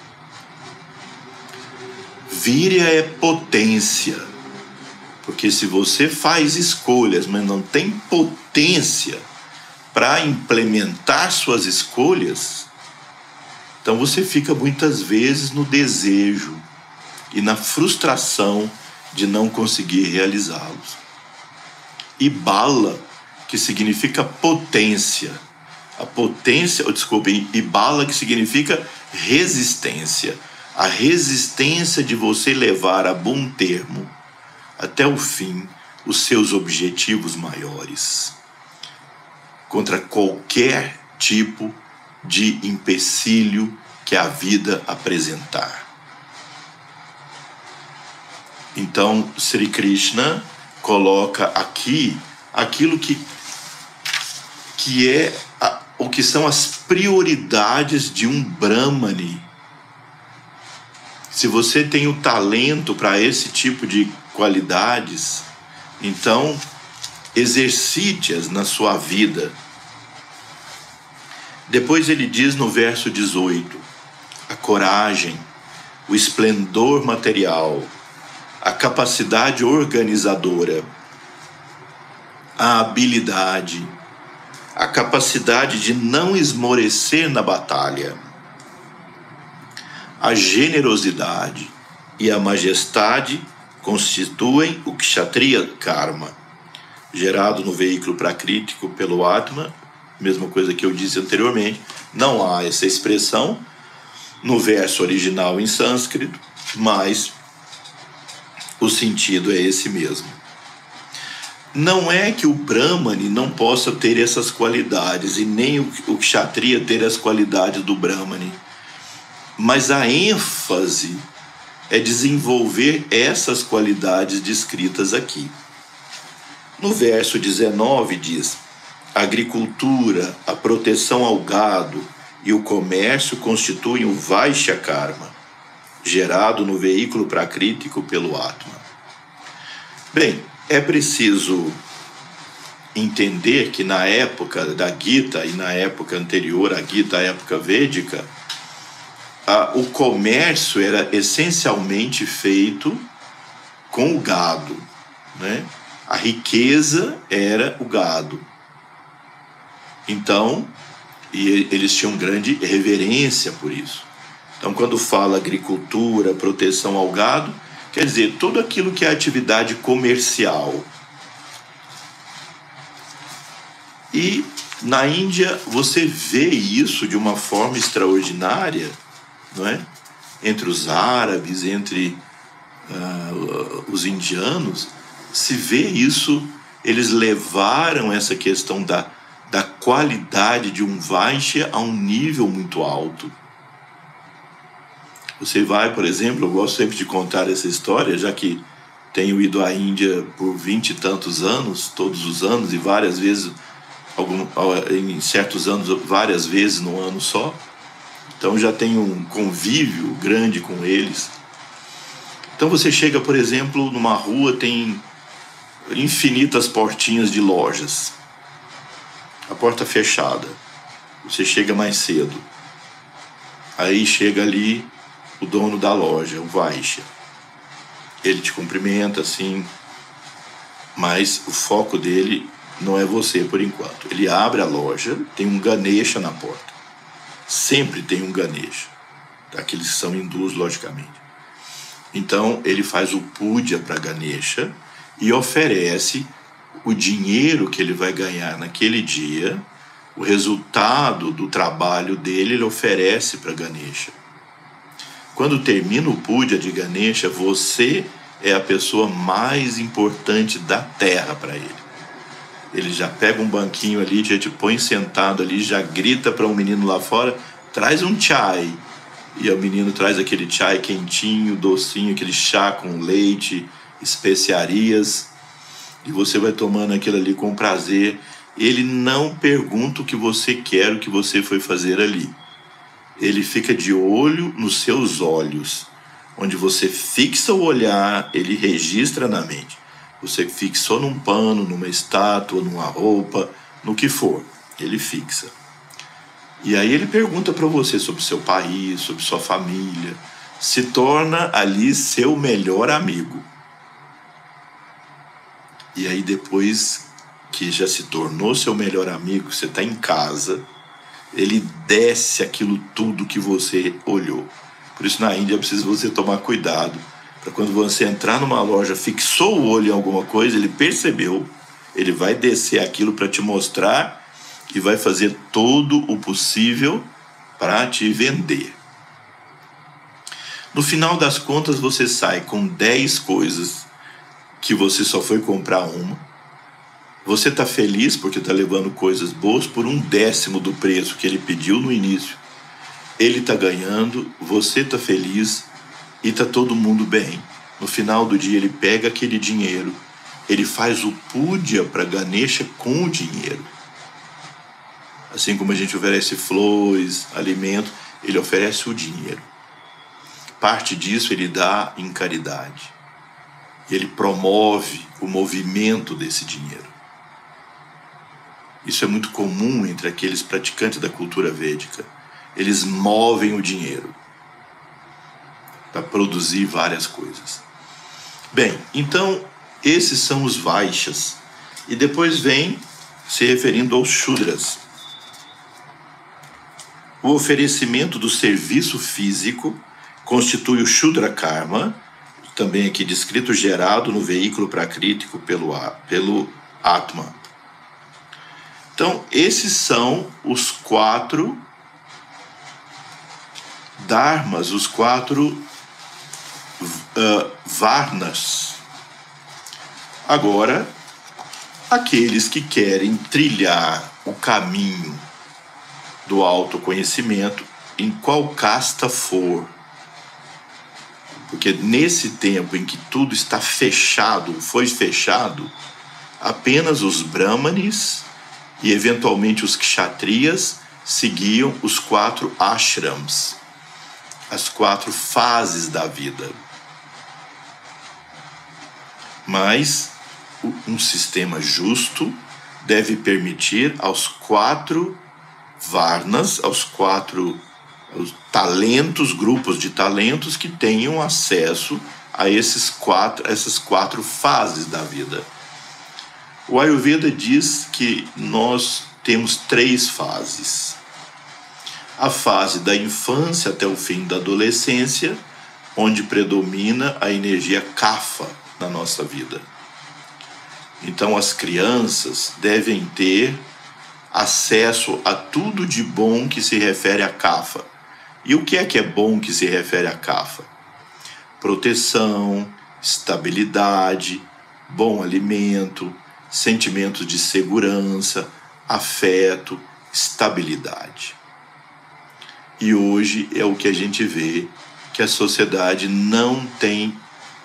Virya é potência, porque se você faz escolhas, mas não tem potência para implementar suas escolhas, então você fica muitas vezes no desejo e na frustração de não conseguir realizá-los. E Bala, que significa potência. E Bala, que significa resistência. A resistência de você levar a bom termo, até o fim, os seus objetivos maiores, contra qualquer tipo de empecilho que a vida apresentar. Então, Sri Krishna coloca aqui aquilo que é o que são as prioridades de um Brahmane. Se você tem o talento para esse tipo de qualidades, então exercite-as na sua vida. Depois ele diz no verso 18, a coragem, o esplendor material, a capacidade organizadora, a habilidade, a capacidade de não esmorecer na batalha, a generosidade e a majestade constituem o Kshatriya Karma, gerado no veículo prakrítico pelo Atma, mesma coisa que eu disse anteriormente. Não há essa expressão no verso original em sânscrito, mas o sentido é esse mesmo. Não é que o Brahmane não possa ter essas qualidades, e nem o Kshatriya ter as qualidades do Brahmane, mas a ênfase é desenvolver essas qualidades descritas aqui. No verso 19 diz: a agricultura, a proteção ao gado e o comércio constituem o Vaishya Karma, gerado no veículo prakrítico pelo Atma. Bem, é preciso entender que na época da Gita e na época anterior à Gita, a época védica, o comércio era essencialmente feito com o gado, né? A riqueza era o gado. Então, eles tinham grande reverência por isso. Então, quando fala agricultura, proteção ao gado, quer dizer, tudo aquilo que é atividade comercial. E na Índia você vê isso de uma forma extraordinária, não é? Entre os árabes, entre os indianos, se vê isso. Eles levaram essa questão da qualidade de um Vaishya a um nível muito alto. Você vai, por exemplo, eu gosto sempre de contar essa história, já que tenho ido à Índia por 20 e tantos anos, todos os anos, e várias vezes, em certos anos, várias vezes no ano só. Então já tenho um convívio grande com eles. Então você chega, por exemplo, numa rua, tem infinitas portinhas de lojas. A porta fechada. Você chega mais cedo. Aí chega ali o dono da loja, o Vaishya. Ele te cumprimenta assim, mas o foco dele não é você por enquanto. Ele abre a loja, tem um Ganesha na porta. Sempre tem um Ganesha. Aqueles que são hindus, logicamente. Então ele faz o puja para Ganesha e oferece o dinheiro que ele vai ganhar naquele dia, o resultado do trabalho dele, ele oferece para Ganesha. Quando termina o puja de Ganesha, você é a pessoa mais importante da terra para ele. Ele já pega um banquinho ali, já te põe sentado ali, já grita para um menino lá fora, traz um chai. E o menino traz aquele chai quentinho, docinho, aquele chá com leite, especiarias. E você vai tomando aquilo ali com prazer. Ele não pergunta o que você quer, o que você foi fazer ali. Ele fica de olho nos seus olhos. Onde você fixa o olhar, ele registra na mente. Você fixou num pano, numa estátua, numa roupa, no que for. Ele fixa. E aí ele pergunta para você sobre seu país, sobre sua família. Se torna ali seu melhor amigo. E aí depois que já se tornou seu melhor amigo, você está em casa, ele desce aquilo tudo que você olhou. Por isso na Índia é preciso você tomar cuidado, para quando você entrar numa loja, fixou o olho em alguma coisa, ele percebeu, ele vai descer aquilo para te mostrar e vai fazer todo o possível para te vender. No final das contas, você sai com 10 coisas que você só foi comprar uma. Você está feliz porque está levando coisas boas por 1/10 do preço que ele pediu no início. Ele está ganhando, você está feliz e está todo mundo bem. No final do dia ele pega aquele dinheiro, ele faz o puja para Ganesha com o dinheiro. Assim como a gente oferece flores, alimento, ele oferece o dinheiro. Parte disso ele dá em caridade. Ele promove o movimento desse dinheiro. Isso é muito comum entre aqueles praticantes da cultura védica. Eles movem o dinheiro para produzir várias coisas. Bem, então esses são os Vaixas. E depois vem se referindo aos Shudras. O oferecimento do serviço físico constitui o Shudra Karma, também aqui descrito, gerado no veículo prakrítico pelo Atma. Então, esses são os 4 dharmas, os 4 varnas. Agora, aqueles que querem trilhar o caminho do autoconhecimento, em qual casta for, porque nesse tempo em que tudo está fechado, foi fechado, apenas os brahmanes e eventualmente os kshatriyas seguiam os 4 ashrams, as 4 fases da vida. Mas um sistema justo deve permitir aos 4 varnas, aos 4 talentos, grupos de talentos que tenham acesso a essas 4 fases da vida. O Ayurveda diz que nós temos 3 fases. A fase da infância até o fim da adolescência, onde predomina a energia kapha na nossa vida. Então as crianças devem ter acesso a tudo de bom que se refere a kapha. E o que é bom que se refere a kapha? Proteção, estabilidade, bom alimento, sentimentos de segurança, afeto, estabilidade. E hoje é o que a gente vê, que a sociedade não tem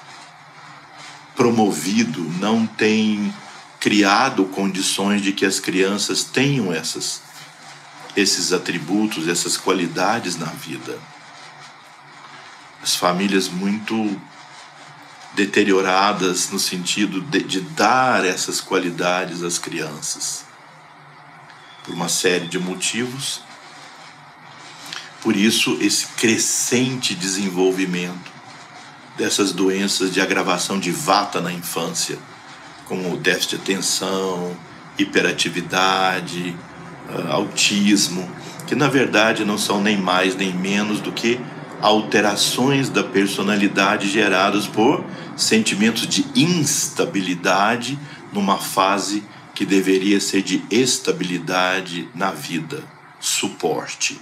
promovido, não tem criado condições de que as crianças tenham esses atributos, essas qualidades na vida. As famílias muito deterioradas no sentido de dar essas qualidades às crianças, por uma série de motivos. Por isso, esse crescente desenvolvimento dessas doenças de agravação de vata na infância, como o déficit de atenção, hiperatividade, autismo, que na verdade não são nem mais nem menos do que alterações da personalidade geradas por sentimentos de instabilidade numa fase que deveria ser de estabilidade na vida, suporte.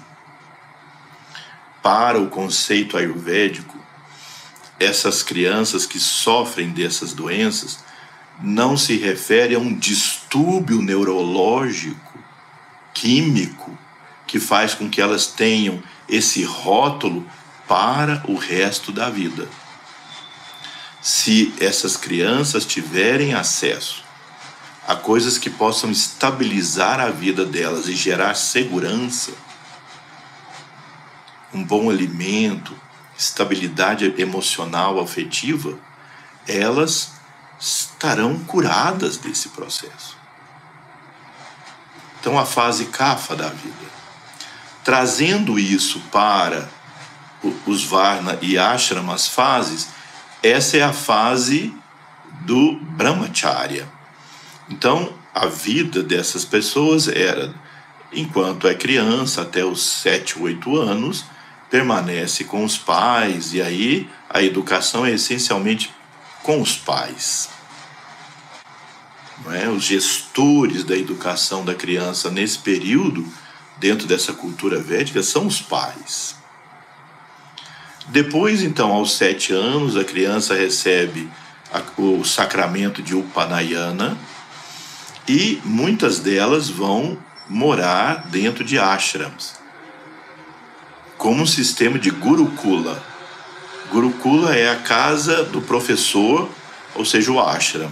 Para o conceito ayurvédico, essas crianças que sofrem dessas doenças não se refere a um distúrbio neurológico, químico, que faz com que elas tenham esse rótulo para o resto da vida. Se essas crianças tiverem acesso a coisas que possam estabilizar a vida delas e gerar segurança, um bom alimento, estabilidade emocional, afetiva, elas estarão curadas desse processo. Então, a fase kapha da vida. Trazendo isso para os varna e ashrama, as fases, essa é a fase do brahmacharya. Então, a vida dessas pessoas era, enquanto é criança, até os 7, 8 anos, permanece com os pais, e aí a educação é essencialmente com os pais. Não é? Os gestores da educação da criança nesse período, dentro dessa cultura védica, são os pais. Depois, então, aos 7 anos, a criança recebe o sacramento de Upanayana e muitas delas vão morar dentro de ashrams, como um sistema de Gurukula. Gurukula é a casa do professor, ou seja, o ashram.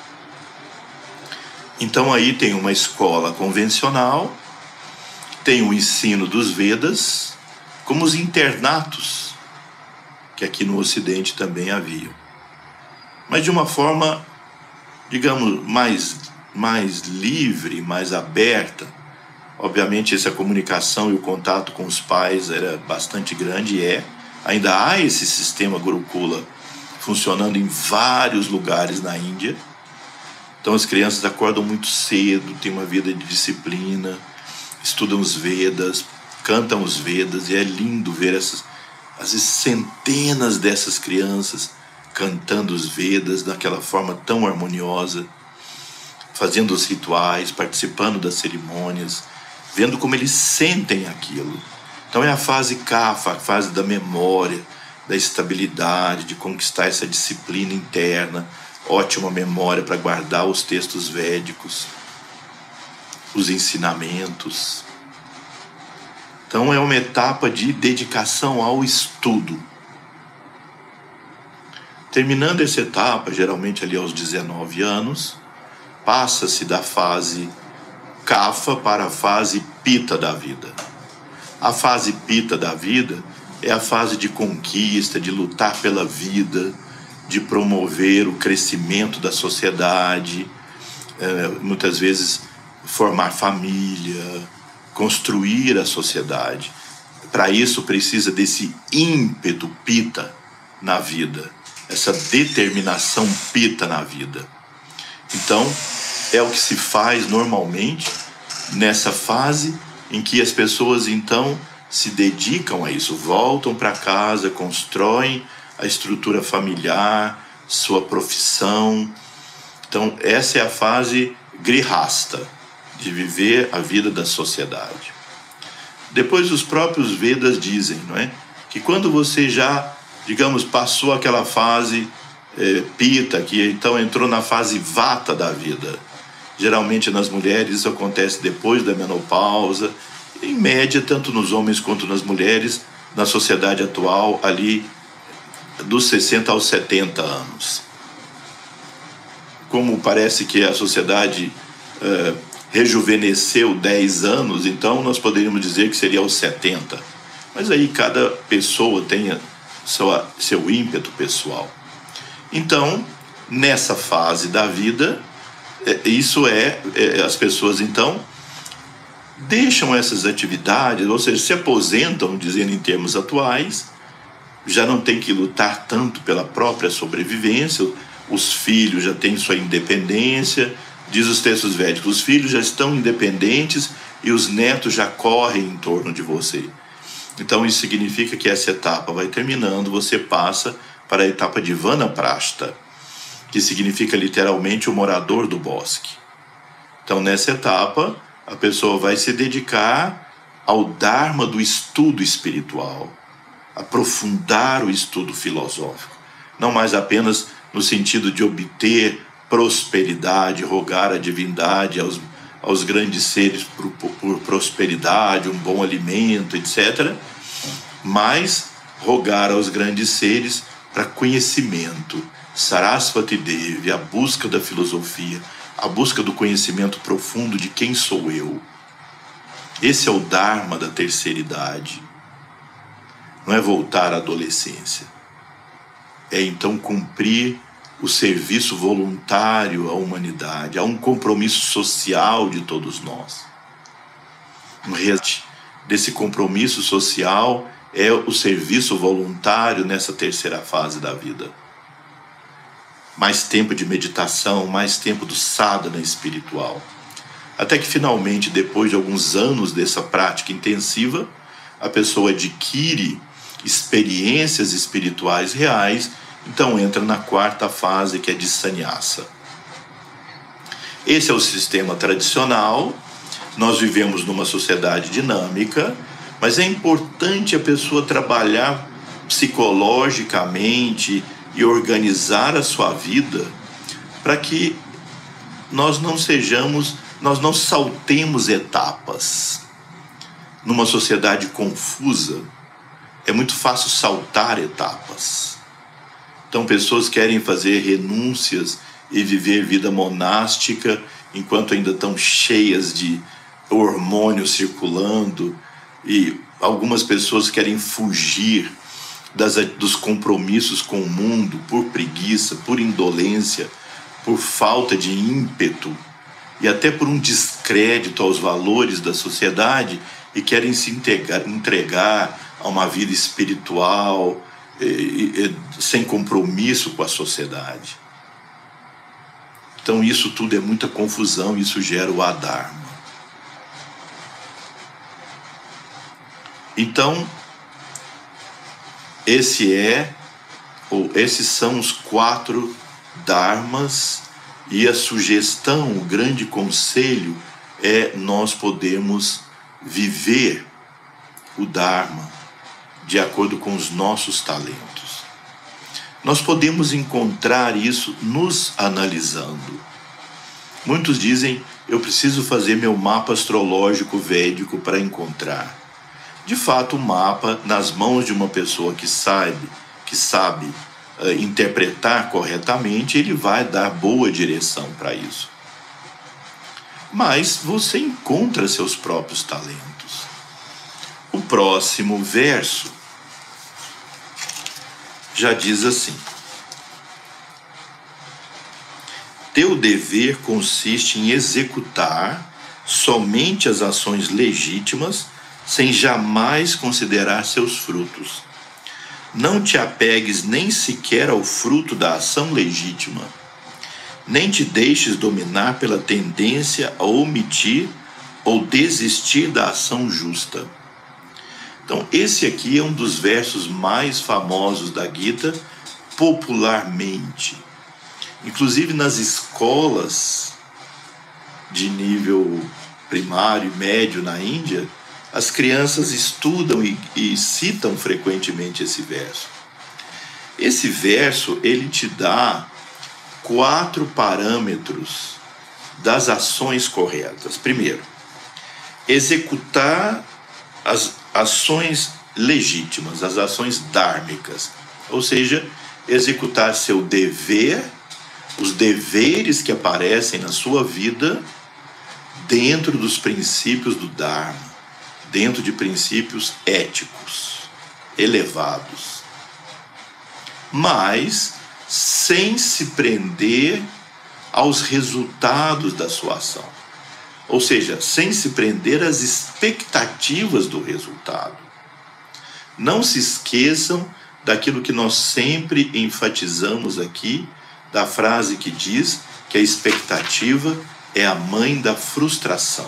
Então aí tem uma escola convencional, tem o ensino dos Vedas, como os internatos, que aqui no Ocidente também haviam. Mas de uma forma, digamos, mais mais livre, mais aberta. Obviamente, essa comunicação e o contato com os pais era bastante grande e ainda há esse sistema Gurukula funcionando em vários lugares na Índia. Então as crianças acordam muito cedo, têm uma vida de disciplina, estudam os Vedas, cantam os Vedas, e é lindo ver às vezes centenas dessas crianças cantando os Vedas daquela forma tão harmoniosa, fazendo os rituais, participando das cerimônias, vendo como eles sentem aquilo. Então é a fase Kapha, a fase da memória, da estabilidade, de conquistar essa disciplina interna, ótima memória para guardar os textos védicos, os ensinamentos. Então é uma etapa de dedicação ao estudo. Terminando essa etapa, geralmente ali aos 19 anos, passa-se da fase Kapha para a fase Pitta da vida. A fase Pitta da vida é a fase de conquista, de lutar pela vida, de promover o crescimento da sociedade, muitas vezes formar família, construir a sociedade. Para isso precisa desse ímpeto Pitta na vida, essa determinação Pitta na vida. Então, é o que se faz normalmente nessa fase em que as pessoas então se dedicam a isso, voltam para casa, constroem a estrutura familiar, sua profissão. Então, essa é a fase grihasta, de viver a vida da sociedade. Depois, os próprios Vedas dizem, não é? Que quando você já, digamos, passou aquela fase Pitta, que então entrou na fase Vata da vida. Geralmente nas mulheres isso acontece depois da menopausa, em média, tanto nos homens quanto nas mulheres, na sociedade atual, ali dos 60 aos 70 anos. Como parece que a sociedade rejuvenesceu 10 anos, então nós poderíamos dizer que seria aos 70. Mas aí cada pessoa tem seu ímpeto pessoal. Então, nessa fase da vida, as pessoas então deixam essas atividades, ou seja, se aposentam, dizendo em termos atuais, já não tem que lutar tanto pela própria sobrevivência, os filhos já têm sua independência, diz os textos védicos, os filhos já estão independentes e os netos já correm em torno de você. Então isso significa que essa etapa vai terminando, você passa para a etapa de Vanaprastha, que significa literalmente o morador do bosque. Então nessa etapa, a pessoa vai se dedicar ao dharma do estudo espiritual, aprofundar o estudo filosófico, não mais apenas no sentido de obter prosperidade, rogar a divindade aos grandes seres por prosperidade, um bom alimento, etc., mas rogar aos grandes seres para conhecimento, Sarasvati Devi, a busca da filosofia, a busca do conhecimento profundo de quem sou eu. Esse é o Dharma da terceira idade. Não é voltar à adolescência. É então cumprir o serviço voluntário à humanidade, há um compromisso social de todos nós. Desse compromisso social é o serviço voluntário nessa terceira fase da vida. Mais tempo de meditação, mais tempo do sadhana espiritual. Até que finalmente, depois de alguns anos dessa prática intensiva, a pessoa adquire experiências espirituais reais, então entra na quarta fase, que é de sannyasa. Esse é o sistema tradicional. Nós vivemos numa sociedade dinâmica, mas é importante a pessoa trabalhar psicologicamente e organizar a sua vida para que nós não saltemos etapas. Numa sociedade confusa, é muito fácil saltar etapas. Então, pessoas querem fazer renúncias e viver vida monástica enquanto ainda estão cheias de hormônios circulando, e algumas pessoas querem fugir dos compromissos com o mundo por preguiça, por indolência, por falta de ímpeto e até por um descrédito aos valores da sociedade e querem se entregar a uma vida espiritual sem compromisso com a sociedade. Então isso tudo é muita confusão, isso gera o adharma. Então, esses são os 4 dharmas, e a sugestão, o grande conselho é nós podermos viver o dharma de acordo com os nossos talentos. Nós podemos encontrar isso nos analisando. Muitos dizem, eu preciso fazer meu mapa astrológico védico para encontrar. De fato, o mapa, nas mãos de uma pessoa que sabe interpretar corretamente, ele vai dar boa direção para isso. Mas você encontra seus próprios talentos. O próximo verso já diz assim: teu dever consiste em executar somente as ações legítimas, sem jamais considerar seus frutos. Não te apegues nem sequer ao fruto da ação legítima, nem te deixes dominar pela tendência a omitir ou desistir da ação justa. Então, esse aqui é um dos versos mais famosos da Gita, popularmente. Inclusive nas escolas de nível primário e médio na Índia, as crianças estudam e citam frequentemente esse verso. Esse verso, ele te dá 4 parâmetros das ações corretas. Primeiro, executar as ações legítimas, as ações dhármicas, ou seja, executar seu dever, os deveres que aparecem na sua vida dentro dos princípios do Dharma, dentro de princípios éticos, elevados, mas sem se prender aos resultados da sua ação. Ou seja, sem se prender às expectativas do resultado. Não se esqueçam daquilo que nós sempre enfatizamos aqui, da frase que diz que a expectativa é a mãe da frustração.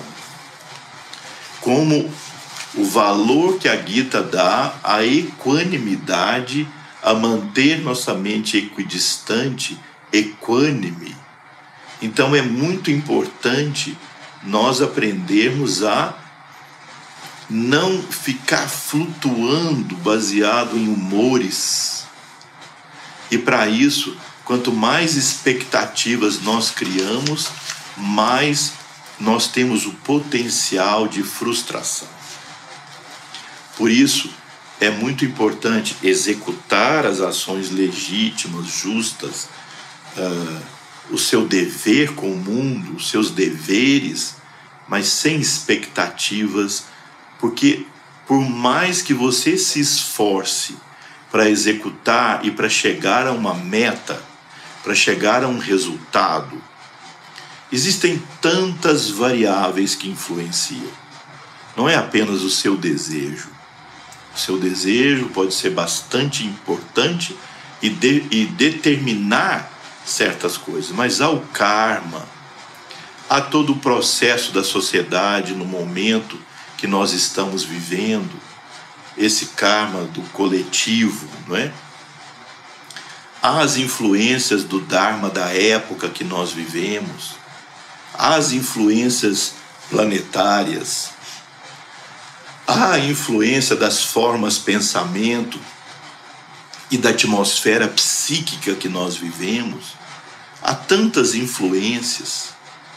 Como o valor que a Gita dá à equanimidade, a manter nossa mente equidistante, equânime. Então é muito importante nós aprendermos a não ficar flutuando baseado em humores. E para isso, quanto mais expectativas nós criamos, mais nós temos o potencial de frustração. Por isso, é muito importante executar as ações legítimas, justas, o seu dever com o mundo, os seus deveres, mas sem expectativas, porque por mais que você se esforce para executar e para chegar a uma meta, para chegar a um resultado, existem tantas variáveis que influenciam. Não é apenas o seu desejo. O seu desejo pode ser bastante importante e determinar certas coisas, mas há o karma, há todo o processo da sociedade no momento que nós estamos vivendo, esse karma do coletivo, não é? Há as influências do Dharma da época que nós vivemos, há as influências planetárias, há a influência das formas pensamento e da atmosfera psíquica que nós vivemos. Há tantas influências.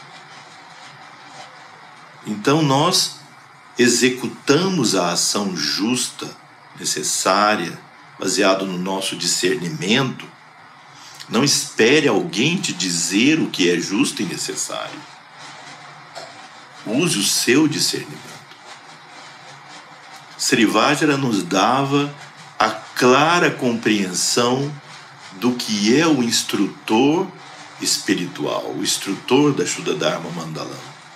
Então nós executamos a ação justa, necessária, baseado no nosso discernimento. Não espere alguém te dizer o que é justo e necessário. Use o seu discernimento. Srivajra nos dava a clara compreensão do que é o instrutor espiritual, o instrutor da Shuddha Dharma Mandalam.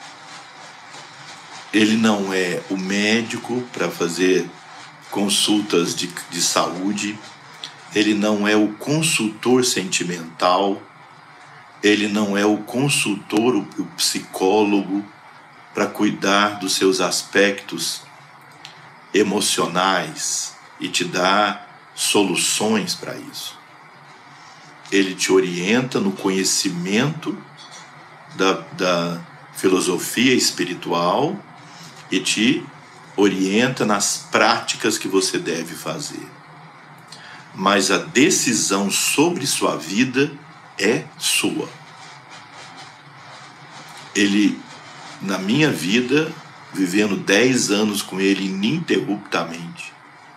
Ele não é o médico para fazer consultas de saúde, ele não é o consultor sentimental, ele não é o consultor, o psicólogo para cuidar dos seus aspectos emocionais e te dar soluções para isso. Ele te orienta no conhecimento da filosofia espiritual e te orienta nas práticas que você deve fazer. Mas a decisão sobre sua vida é sua. Ele, na minha vida, vivendo 10 anos com ele ininterruptamente,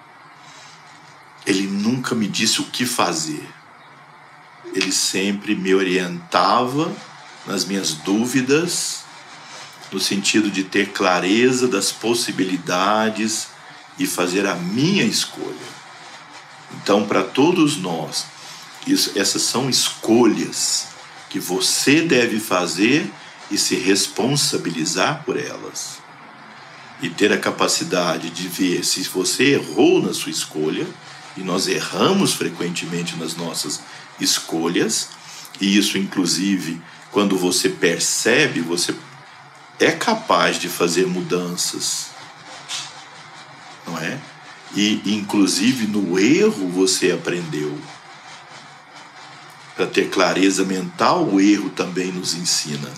ele nunca me disse o que fazer. Ele sempre me orientava nas minhas dúvidas, no sentido de ter clareza das possibilidades e fazer a minha escolha. Então, para todos nós, essas são escolhas que você deve fazer e se responsabilizar por elas. E ter a capacidade de ver se você errou na sua escolha, e nós erramos frequentemente nas nossas escolhas, e isso, inclusive, quando você percebe, você é capaz de fazer mudanças, não é? E, inclusive, no erro você aprendeu. Para ter clareza mental, o erro também nos ensina.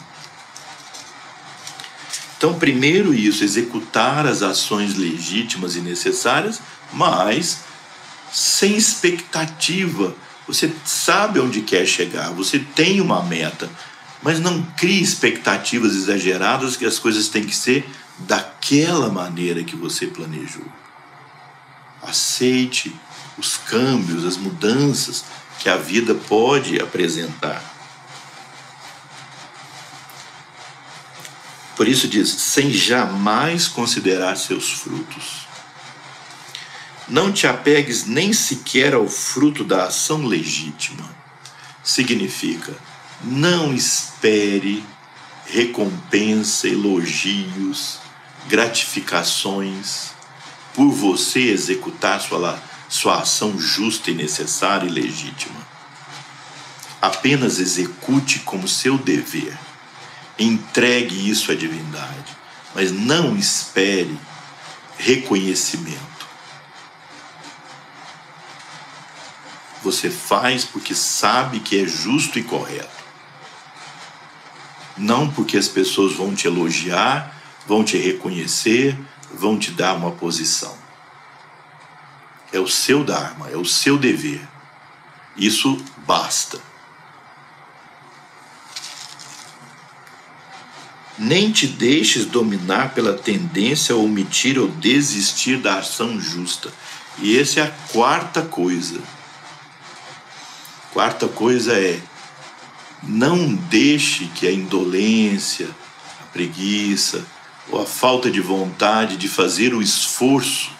Então, primeiro isso, executar as ações legítimas e necessárias, mas sem expectativa. Você sabe onde quer chegar, você tem uma meta, mas não crie expectativas exageradas que as coisas têm que ser daquela maneira que você planejou. Aceite os câmbios, as mudanças que a vida pode apresentar. Por isso diz, sem jamais considerar seus frutos. Não te apegues nem sequer ao fruto da ação legítima. Significa, não espere recompensa, elogios, gratificações por você executar sua ação justa e necessária e legítima. Apenas execute como seu dever. Entregue isso à divindade, mas não espere reconhecimento. Você faz porque sabe que é justo e correto. Não porque as pessoas vão te elogiar, vão te reconhecer, vão te dar uma posição. É o seu dharma, é o seu dever. Isso basta. Nem te deixes dominar pela tendência a omitir ou desistir da ação justa. E essa é a quarta coisa. Quarta coisa é, não deixe que a indolência, a preguiça ou a falta de vontade de fazer o esforço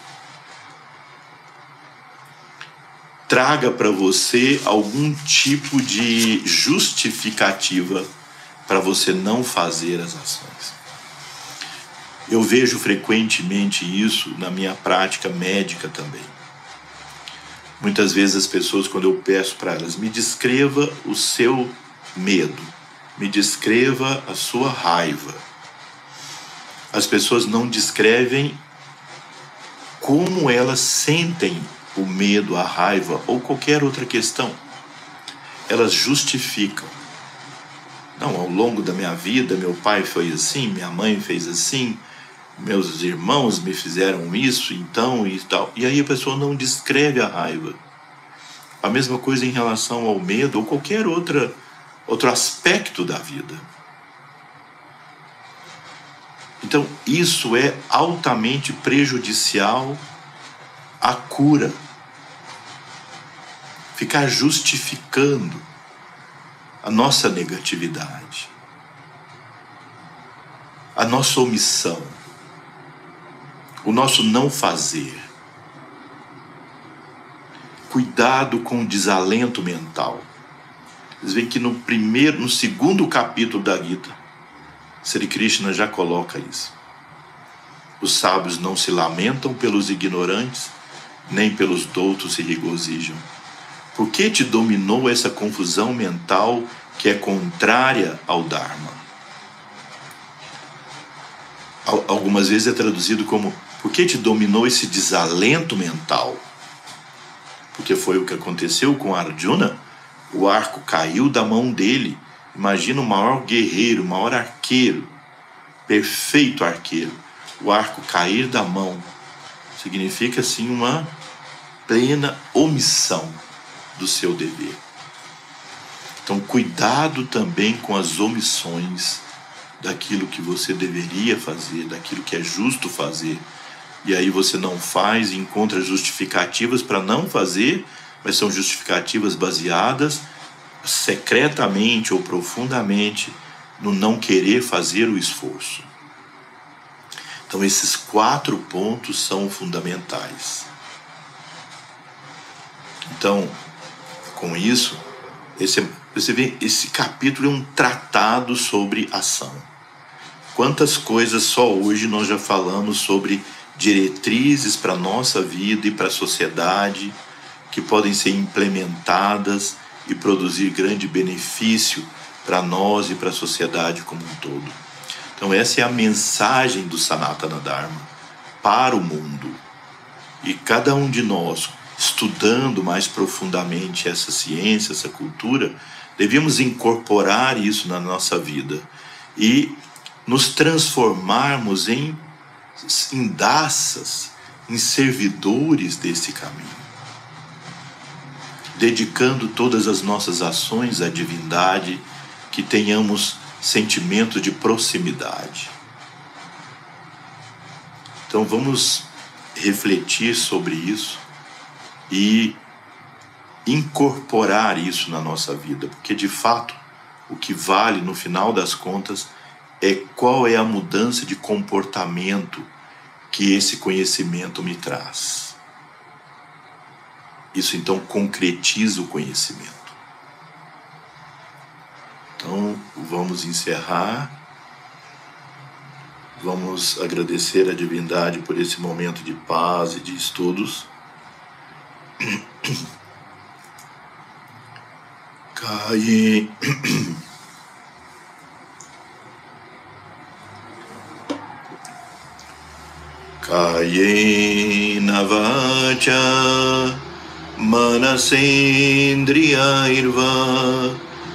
traga para você algum tipo de justificativa para você não fazer as ações. Eu vejo frequentemente isso na minha prática médica também. Muitas vezes as pessoas, quando eu peço para elas, me descreva o seu medo, me descreva a sua raiva. As pessoas não descrevem como elas sentem o medo, a raiva ou qualquer outra questão. Elas justificam. Não, ao longo da minha vida, meu pai foi assim, minha mãe fez assim, meus irmãos me fizeram isso, então e tal. E aí a pessoa não descreve a raiva. A mesma coisa em relação ao medo ou qualquer outro aspecto da vida. Então, isso é altamente prejudicial à cura. Ficar justificando a nossa negatividade, a nossa omissão, o nosso não fazer. Cuidado com o desalento mental. Vocês veem que no segundo capítulo da Gita, Sri Krishna já coloca isso. Os sábios não se lamentam pelos ignorantes, nem pelos doutos se regozijam. Por que te dominou essa confusão mental que é contrária ao Dharma? Algumas vezes é traduzido como: por que te dominou esse desalento mental? Porque foi o que aconteceu com Arjuna. O arco caiu da mão dele. Imagina o maior guerreiro, o maior arqueiro, perfeito arqueiro. O arco cair da mão significa assim uma plena omissão do seu dever. Então, cuidado também com as omissões daquilo que você deveria fazer, daquilo que é justo fazer. E aí você não faz e encontra justificativas para não fazer, mas são justificativas baseadas secretamente ou profundamente no não querer fazer o esforço. Então esses 4 pontos são fundamentais. Então, com isso, você vê, esse capítulo é um tratado sobre ação. Quantas coisas só hoje nós já falamos sobre diretrizes para a nossa vida e para a sociedade que podem ser implementadas e produzir grande benefício para nós e para a sociedade como um todo. Então essa é a mensagem do Sanatana Dharma para o mundo. E cada um de nós, estudando mais profundamente essa ciência, essa cultura, devemos incorporar isso na nossa vida e nos transformarmos em daças, em servidores desse caminho, dedicando todas as nossas ações à divindade, que tenhamos sentimento de proximidade. Então vamos refletir sobre isso e incorporar isso na nossa vida, porque de fato o que vale no final das contas é qual é a mudança de comportamento que esse conhecimento me traz. Isso então concretiza o conhecimento. Então vamos encerrar. Vamos agradecer a divindade por esse momento de paz e de estudos. Kayena vacha manasendriyairva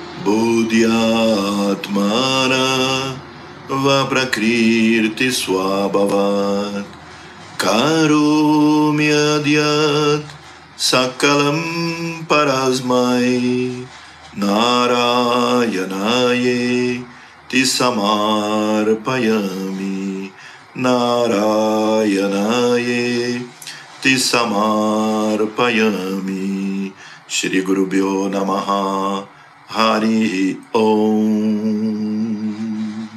buddhyatmana va prakriti swabhavat karomi adyat sakalam parasmai narayanaye tisamarpayami narayanaye tisamarpayami. Shri Gurubhyo Namaha. Hari Om.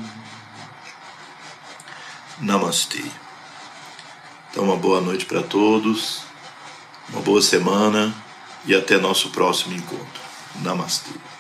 Namastê. Então uma boa noite para todos, uma boa semana e até nosso próximo encontro. Namastê.